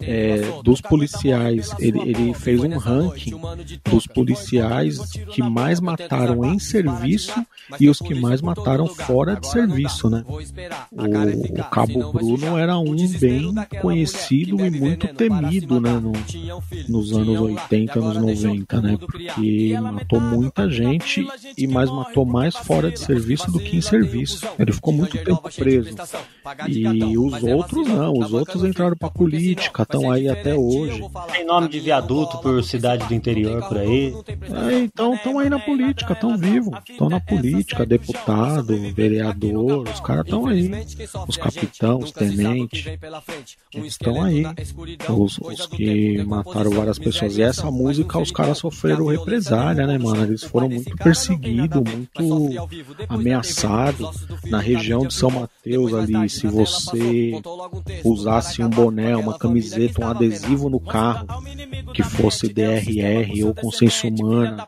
dos policiais, ele fez um ranking dos policiais que mais mataram em serviço e os que mais mataram fora de serviço, né? O Cabo Bruno era um bem conhecido e muito temido, né? Nos anos 80, anos 90, né? Porque matou muita gente e matou mais fora de serviço do que em serviço. Ele ficou muito tempo preso. E os outros não, os outros entraram pra política, estão aí até hoje. Tem nome de viaduto por cidade do interior por aí. Então estão aí na política, estão vivos, estão na política, deputado, vereador, os caras estão aí. Os capitães, os tenentes, estão aí. Os que mataram várias pessoas. E essa música os caras sofreram represália, né, mano? Eles foram muito perseguidos, muito ameaçados. Na região de São Mateus ali, se você usasse um boné, uma camiseta, um adesivo no carro que fosse DRR ou Consciência Humana,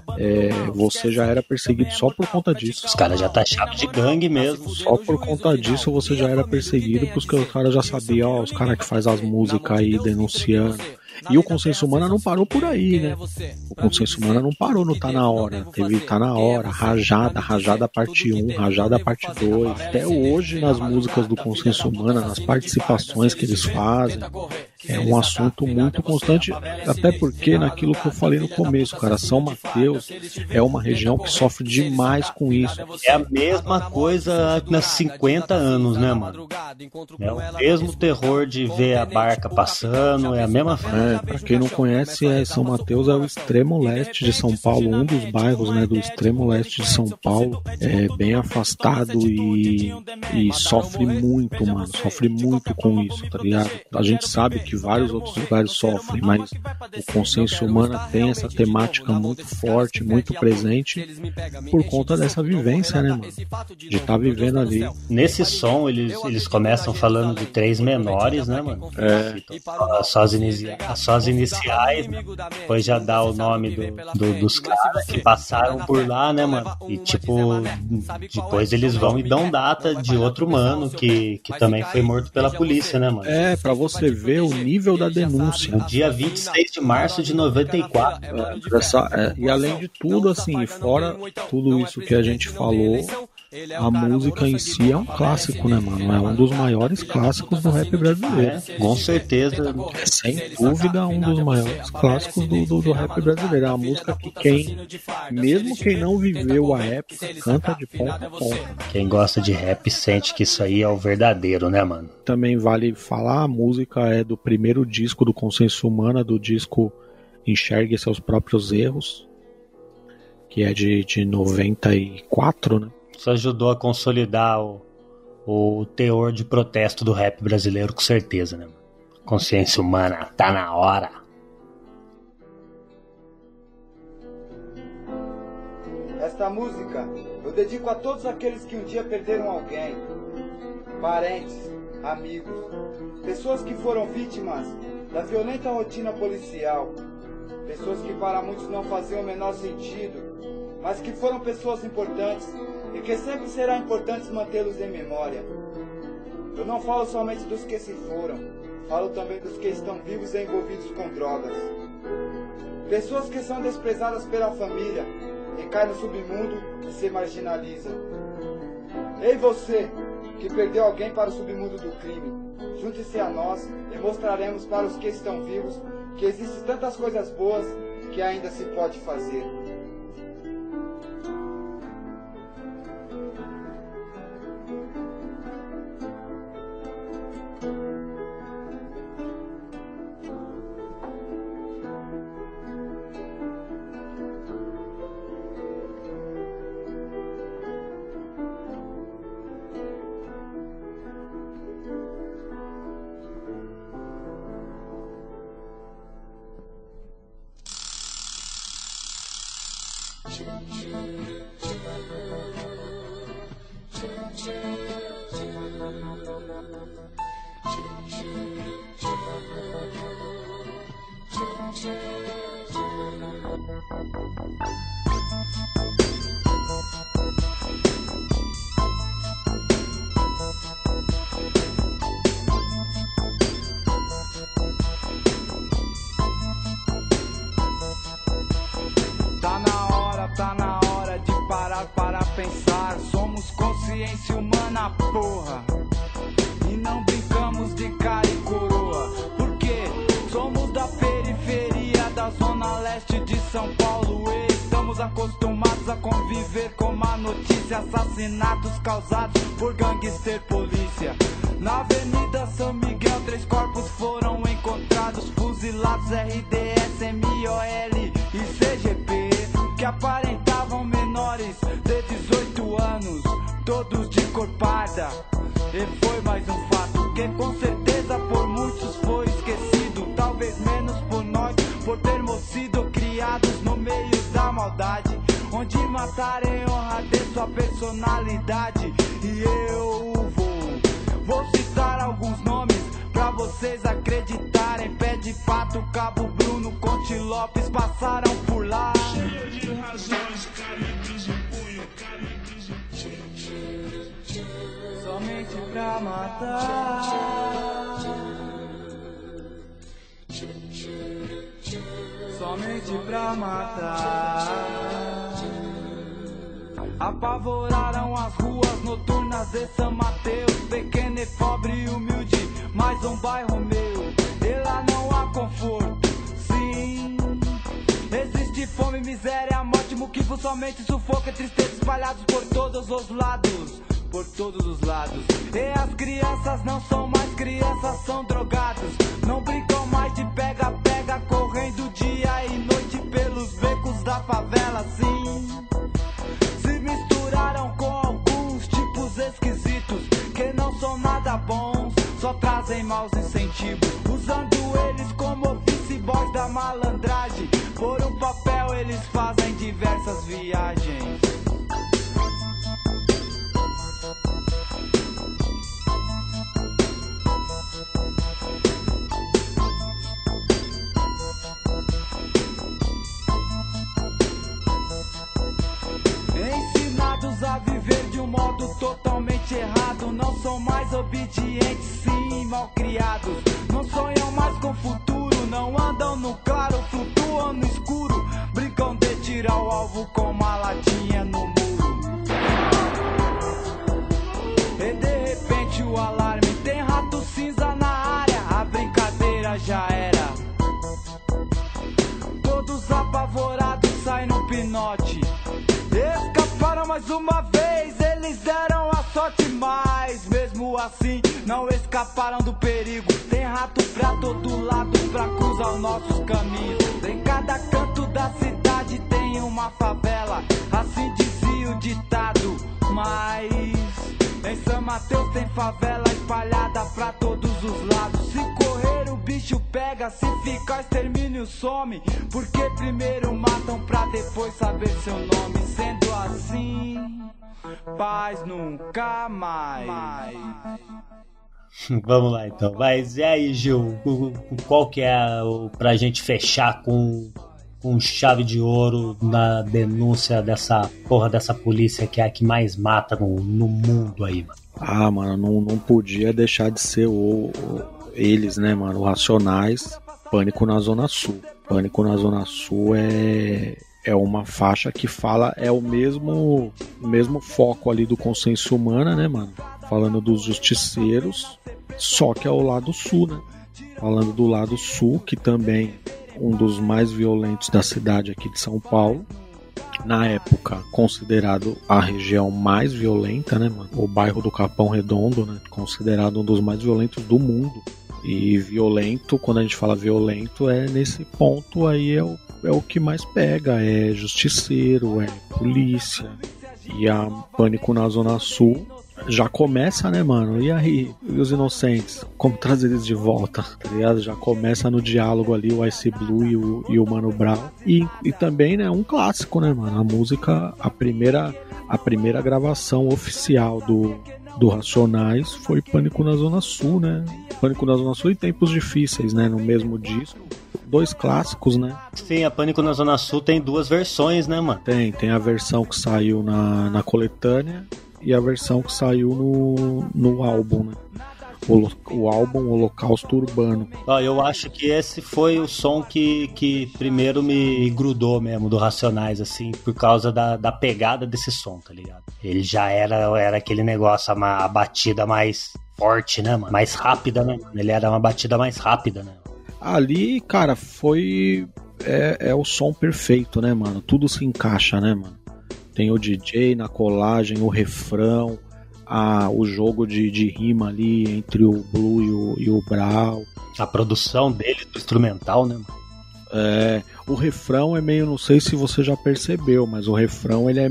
você já era perseguido só por conta disso. Os caras já taxados de gangue mesmo. Só por conta disso você já era perseguido, porque os caras já sabiam, os caras que faz as músicas aí denunciando. E o Consciência Humana não parou por aí, né? O Consciência Humana não parou no Tá Na Hora. Teve Tá Na Hora, Rajada parte 1, Rajada parte 2. Até hoje, nas músicas do Consciência Humana, nas participações que eles fazem, é um assunto muito constante, até porque naquilo que eu falei no começo, cara, São Mateus é uma região que sofre demais com isso. É a mesma coisa há 50 anos, né, mano? É o mesmo terror de ver a barca passando, é a mesma coisa. Pra quem não conhece, São Mateus é o extremo leste de São Paulo, um dos bairros, né, do extremo leste de São Paulo, é bem afastado e sofre muito, mano, sofre muito com isso, tá ligado? A gente sabe que vários outros lugares sofrem, mas o Consciência Humana tem essa temática muito forte, muito presente, por conta dessa vivência, né, mano? De estar vivendo ali. Nesse som, eles começam falando de 3 menores, né, mano? Só as iniciais, né? Depois já dá o nome dos caras que passaram por lá, né, mano? E tipo, depois eles vão e dão data de outro mano que também foi morto pela polícia, né, mano? Pra você ver o nível da denúncia. No dia 26 de março de 94. E além de tudo, assim, fora tudo isso que a gente falou, a música em si é um clássico, né, mano? É um dos maiores clássicos do rap brasileiro. Com certeza. Sem dúvida, um dos maiores clássicos do rap brasileiro. É uma música que mesmo quem não viveu a época, canta de ponta a ponta. Quem gosta de rap sente que isso aí é o verdadeiro, né, mano? Também vale falar, a música é do primeiro disco do Consciência Humana, do disco Enxergue Seus Próprios Erros, que é de 94, né? Isso ajudou a consolidar o teor de protesto do rap brasileiro, com certeza, né? Consciência Humana, tá na hora. Esta música eu dedico a todos aqueles que um dia perderam alguém, parentes, amigos, pessoas que foram vítimas da violenta rotina policial, pessoas que para muitos não faziam o menor sentido, mas que foram pessoas importantes e que sempre será importante mantê-los em memória. Eu não falo somente dos que se foram, falo também dos que estão vivos e envolvidos com drogas. Pessoas que são desprezadas pela família e caem no submundo e se marginalizam. Ei você, que perdeu alguém para o submundo do crime, junte-se a nós e mostraremos para os que estão vivos que existem tantas coisas boas que ainda se pode fazer. Tá na hora de parar para pensar. Somos consciência humana, porra, e não brincamos de cara e coroa. Porque somos da periferia, da zona leste de São Paulo, e estamos acostumados a conviver com má notícia. Assassinatos causados por gangster polícia. Na Avenida São Miguel, 3 corpos foram encontrados, fuzilados, RDS, MOL e CGP, que aparentavam menores de 18 anos, todos de cor parda. E foi mais um fato que com certeza por muitos foi esquecido, talvez menos por nós, por termos sido criados no meio da maldade, onde matar em honra de sua personalidade. E eu vou citar alguns nomes pra vocês acreditarem. Pé de Pato, Cabo Bruno, Conte Lopes passaram por lá. Cheio de razões, calibres no punho, calibres no somente pra matar, somente pra matar. Apavoraram as ruas noturnas de São Mateus, pequeno e pobre e humilde, mais um bairro meu. E lá não há conforto, sim, existe fome, miséria, morte, muquifo, somente sufoco e tristeza espalhados por todos os lados, por todos os lados. E as crianças não são mais crianças, são drogados, não brincam mais de pega-pega, correndo dia e noite pelos becos da favela, sim. Se misturaram com alguns tipos esquisitos, que não são nada bons, só trazem maus incentivos, usando eles como office boys da malandragem. Por um papel eles fazem diversas viagens. Ensinados a viver de um modo totalmente errado, não são mais obedientes, sim, malcriados. Não sonham mais com o futuro, não andam no claro, flutuam no escuro, brincam de tirar o alvo com uma latinha no muro. E de repente o alarme, tem rato cinza na área, a brincadeira já era. Todos apavorados saem no pinote. Escaparam mais uma vez, eles deram a sorte, mas mesmo assim não escaparam do perigo. Tem rato pra todo lado pra cruzar os nossos caminhos. Em cada canto da cidade tem uma favela, assim dizia o ditado. Mas em São Mateus tem favela espalhada pra todos os lados. Se correr o bicho pega, se ficar extermínio some, porque primeiro matam pra depois saber seu nome. Sendo assim, paz nunca mais. Vamos lá então. Mas e aí, Gil, qual que é pra gente fechar com chave de ouro na denúncia dessa porra dessa polícia que é a que mais mata no mundo aí, mano? Ah, mano, não podia deixar de ser eles, né, mano? O Racionais, Pânico na Zona Sul. Pânico na Zona Sul é uma faixa que fala, é o mesmo foco ali do Consciência Humana, né, mano? Falando dos justiceiros, só que é o lado sul, né? Falando do lado sul, que também um dos mais violentos da cidade aqui de São Paulo. Na época, considerado a região mais violenta, né, mano? O bairro do Capão Redondo, né? Considerado um dos mais violentos do mundo. E violento, quando a gente fala violento, é nesse ponto aí, é o que mais pega. É justiceiro, é polícia. E a Pânico na Zona Sul já começa, né, mano? E aí? E os inocentes? Como trazer eles de volta? Tá ligado? Já começa no diálogo ali o Ice Blue e o Mano Brown. E também, né, um clássico, né, mano? A música, a primeira gravação oficial do Racionais foi Pânico na Zona Sul, né? Pânico na Zona Sul e Tempos Difíceis, né? No mesmo disco. 2 clássicos, né? Sim, a Pânico na Zona Sul tem 2 versões, né, mano? Tem a versão que saiu na coletânea e a versão que saiu no álbum, né? O álbum Holocausto Urbano. Eu acho que esse foi o som que primeiro me grudou mesmo do Racionais, assim, por causa da pegada desse som, tá ligado? Ele já era aquele negócio, a batida mais forte, né, mano? Mais rápida, né, mano? Ele era uma batida mais rápida, né? Ali, cara, foi... É o som perfeito, né, mano? Tudo se encaixa, né, mano? Tem o DJ na colagem, o refrão, o jogo de rima ali entre o Blue e o Brown. A produção dele, do instrumental, né? O refrão é meio, não sei se você já percebeu, mas o refrão ele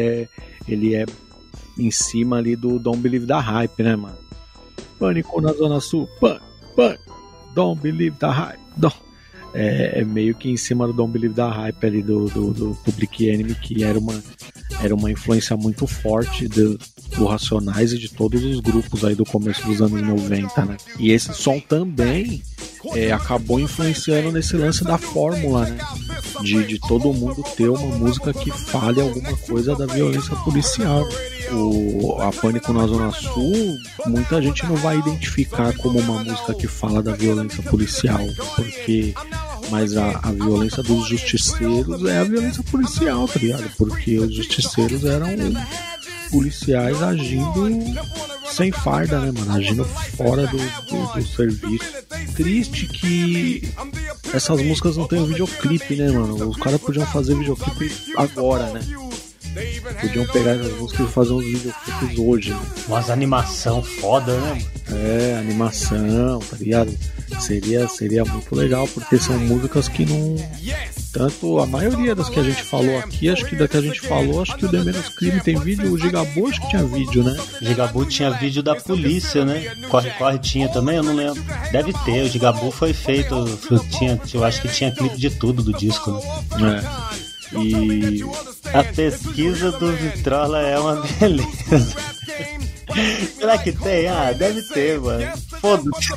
é em cima ali do Don't Believe the Hype, né, mano? Pânico na Zona Sul, Don't Believe the Hype, É meio que em cima do Don't Believe the Hype ali do Public Enemy, que era uma influência muito forte do Racionais e de todos os grupos aí do começo dos anos 90, né? E esse som também acabou influenciando nesse lance da fórmula, né? De todo mundo ter uma música que fale alguma coisa da violência policial. A Pânico na Zona Sul, muita gente não vai identificar como uma música que fala da violência policial, mas a violência dos justiceiros é a violência policial, tá ligado? Porque os justiceiros eram policiais agindo sem farda, né, mano? Agindo fora do serviço. Triste que essas músicas não tem videoclipe, né, mano? Os caras podiam fazer videoclipe agora, né? Podiam pegar essas músicas e fazer uns videoclipes hoje, né? Umas animação foda, né? Animação, tá ligado? Seria muito legal, porque são músicas que não... Tanto a maioria das que a gente falou aqui, acho que da que a gente falou, acho que o The Menos Crime tem vídeo, o Gigabu acho que tinha vídeo, né? O Gigabu tinha vídeo da polícia, né? Corre tinha também, eu não lembro. Deve ter, o Gigabu foi feito, eu acho que tinha clipe de tudo do disco, né? E a pesquisa do Vitrola é uma beleza. Será que tem? Deve ter, mano. Foda-se.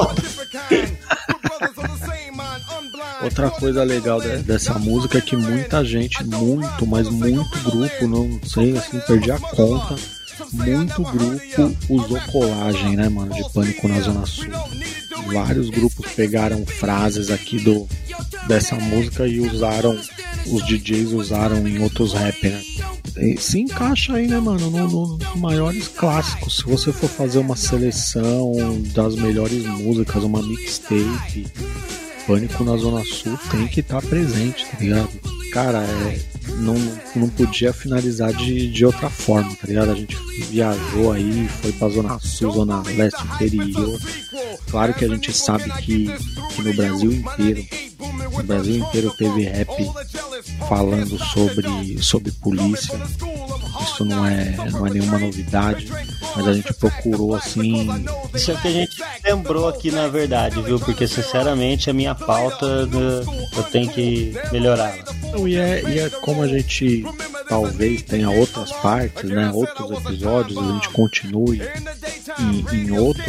Outra coisa legal dessa música é que muita gente, mas muito grupo, não sei, assim, perdi a conta, muito grupo usou colagem, né, mano, de Pânico na Zona Sul. Vários grupos pegaram frases aqui dessa música e os DJs usaram em outros rap, né? E se encaixa aí, né, mano, nos maiores clássicos. Se você for fazer uma seleção das melhores músicas, uma mixtape, Pânico na Zona Sul tem que estar presente, tá ligado? Cara, não podia finalizar de outra forma, tá ligado? A gente viajou aí, foi pra Zona Sul, Zona Leste, interior. Claro que a gente sabe que no Brasil inteiro teve rap falando sobre polícia. Isso não é nenhuma novidade, mas a gente procurou, assim... Isso é o que a gente lembrou aqui, na verdade, viu? Porque, sinceramente, a minha pauta eu tenho que melhorar. E é como a gente talvez tenha outras partes, né? Outros episódios, a gente continue em outros.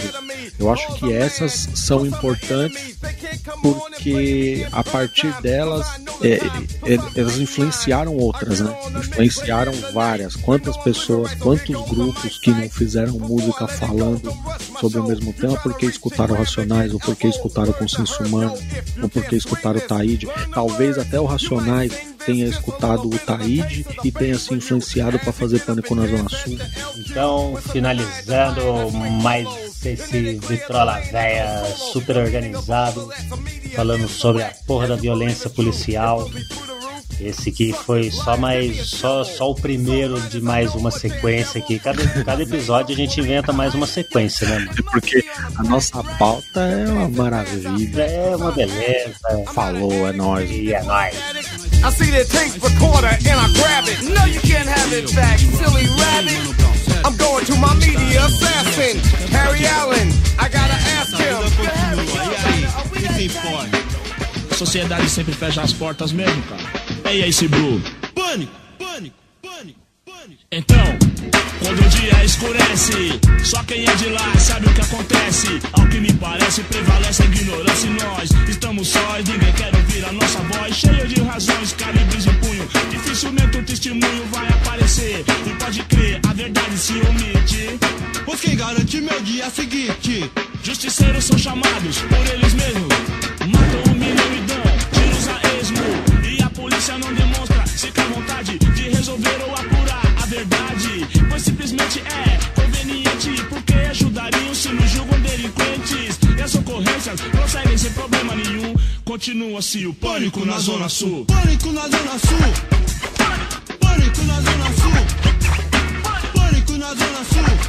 Eu acho que essas são importantes porque a partir delas elas influenciaram outras, né? Influenciaram várias. Quantas pessoas, quantos grupos que não fizeram música falando sobre o mesmo tema porque escutaram Racionais, ou porque escutaram Consenso Humano, ou porque escutaram o Taíde. Talvez até o Racionais tenha escutado o Taíde e tenha se influenciado para fazer Pânico na Zona Sul. Então, finalizando mais esse Vitrola Véia super organizado, falando sobre a porra da violência policial. Esse aqui foi só o primeiro de mais uma sequência aqui. Cada episódio a gente inventa mais uma sequência, né, mano? Porque a nossa pauta é uma maravilha. É uma beleza. Falou, é nóis. E é nóis. I see the tape recorder and I grab it. No, you can't have it back, silly rabbit. I'm going to my media assassin, Harry Allen. I gotta ask him. E aí, quem pode? A sociedade sempre fecha as portas mesmo, cara. E aí, esse Blue? Pânico, pânico, pânico, pânico. Então, quando o dia escurece, só quem é de lá sabe o que acontece. Ao que me parece, prevalece a ignorância e nós estamos sós. Ninguém quer ouvir a nossa voz, cheia de razões, calibres em punho. Dificilmente um testemunho vai aparecer. E pode crer, a verdade se omite. Pois quem garante meu dia seguinte? Justiceiros são chamados por eles mesmos. Matam, humilham e dão tiros a esmo. E a polícia não demonstra sequer vontade de resolver ou apurar a verdade. Pois simplesmente é conveniente, porque ajudariam se nos julgam delinquentes. E as ocorrências prosseguem sem problema nenhum. Continua-se o pânico na Zona Sul. Pânico na Zona Sul. Pânico na Zona Sul. Pânico na Zona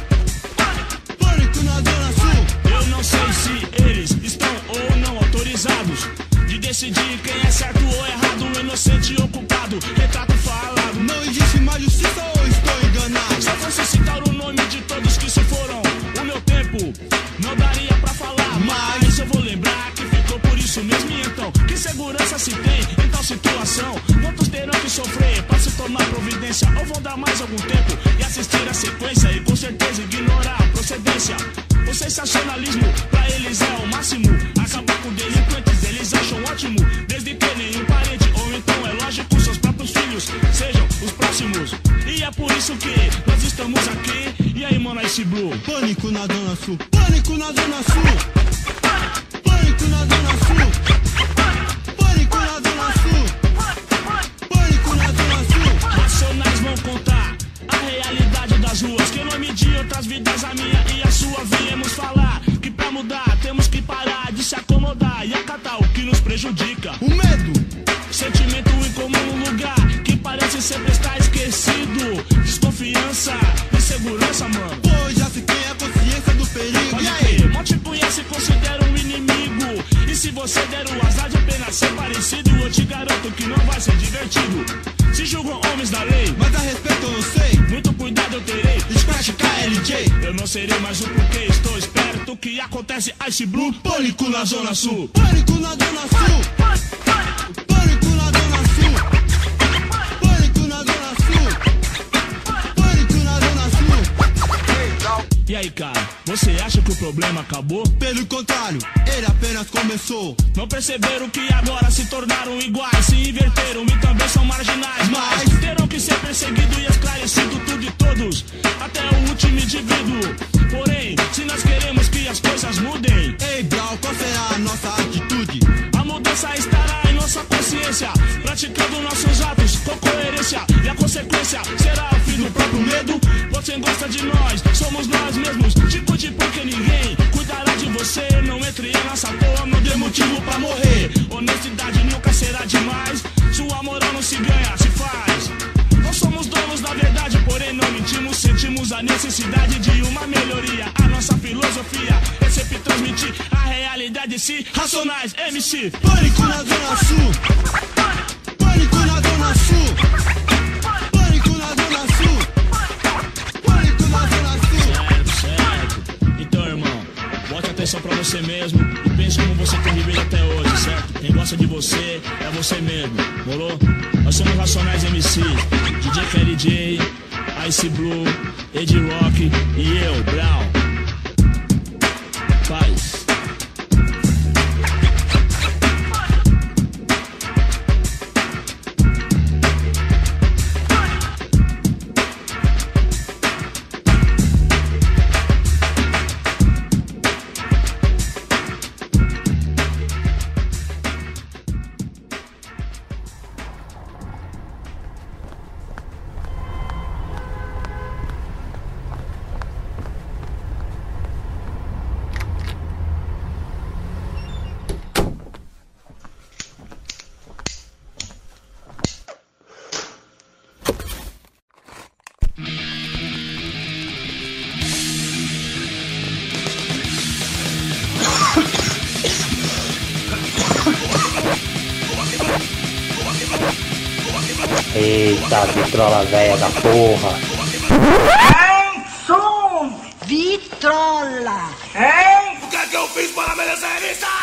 Sul. Pânico na Zona Sul. Eu não sei se eles estão ou não autorizados de decidir quem é certo ou errado, inocente ou culpado, retrato falado. Não existe mais justiça ou estou enganado? Se eu fosse citar o nome de todos que se foram, o meu tempo não daria pra falar. Mas eu vou lembrar que ficou por isso mesmo. E então, que segurança se tem em tal situação? Quantos terão que sofrer pra se tomar providência? Ou vão dar mais algum tempo e assistir a sequência e com certeza ignorar a procedência? O sensacionalismo pra eles é o máximo. Acabar com delinquentes eles acham ótimo, desde que nenhum parente ou então é lógico seus próprios filhos sejam os próximos. E é por isso que nós estamos aqui. E aí, mano, esse Blue? Pânico na Zona Sul. Pânico na Zona Sul. Pânico na Zona Sul. Pânico na Zona Sul. Pânico na Zona Sul. Racionais vão contar a realidade das ruas, que o nome de outras vidas, a minha e a sua, viemos falar que pra mudar temos que parar de se acomodar e acatar o que nos prejudica. O medo, sentimento incomum no lugar que parece sempre estar esquecido. Desconfiança, insegurança, mano. Pois já se tem a consciência do perigo. Pode crer, mal te conhece e considera um inimigo. E se você der o azar de apenas ser parecido, eu te garanto que não vai ser divertido. Se julgam homens da lei, mas a respeito eu não sei. Muito cuidado eu terei, Scratch KLJ. Eu não serei mais o porquê, estou esperto que acontece Ice Blue. Pânico na Zona Sul. Pânico na Zona Sul. Pânico na Zona Sul. Pânico na Zona Sul. Pânico na Zona Sul. E aí, cara, você acha que o problema acabou? Pelo contrário, ele apenas começou. Não perceberam que agora se tornaram iguais, se inverteram e também são marginais. Mas terão que ser perseguido e esclarecido tudo e todos, até o último indivíduo. Porém, se nós queremos que as coisas mudem, ei, Brau, qual será a nossa atitude? A mudança estará em nossa consciência, praticando nossos atos com coerência. E a consequência será o fim do próprio medo. Você gosta de nós, somos nós mesmos. Te cuide porque ninguém cuidará de você. Não entre em nossa toa, não dê motivo pra morrer. Honestidade nunca será demais. Sua moral não se ganha, se faz. Nós somos donos da verdade, porém não mentimos. Sentimos a necessidade de uma melhoria. A nossa filosofia é sempre transmitir a realidade, se Racionais MC. Pânico na Zona Sul. Pânico na Zona Sul. Pânico na Zona Sul. Pânico na Zona Sul. Certo. Então, irmão, bote atenção pra você mesmo e pense como você tem vivido até hoje, certo? Quem gosta de você é você mesmo, morou? Nós somos Racionais MC, DJ KLJ, Ice Blue, Ed Rock e eu, Brown. Pá. Eita, vitrola velha da porra. Quem sou? Vitrola. Hein? O que é que eu fiz para merecer isso?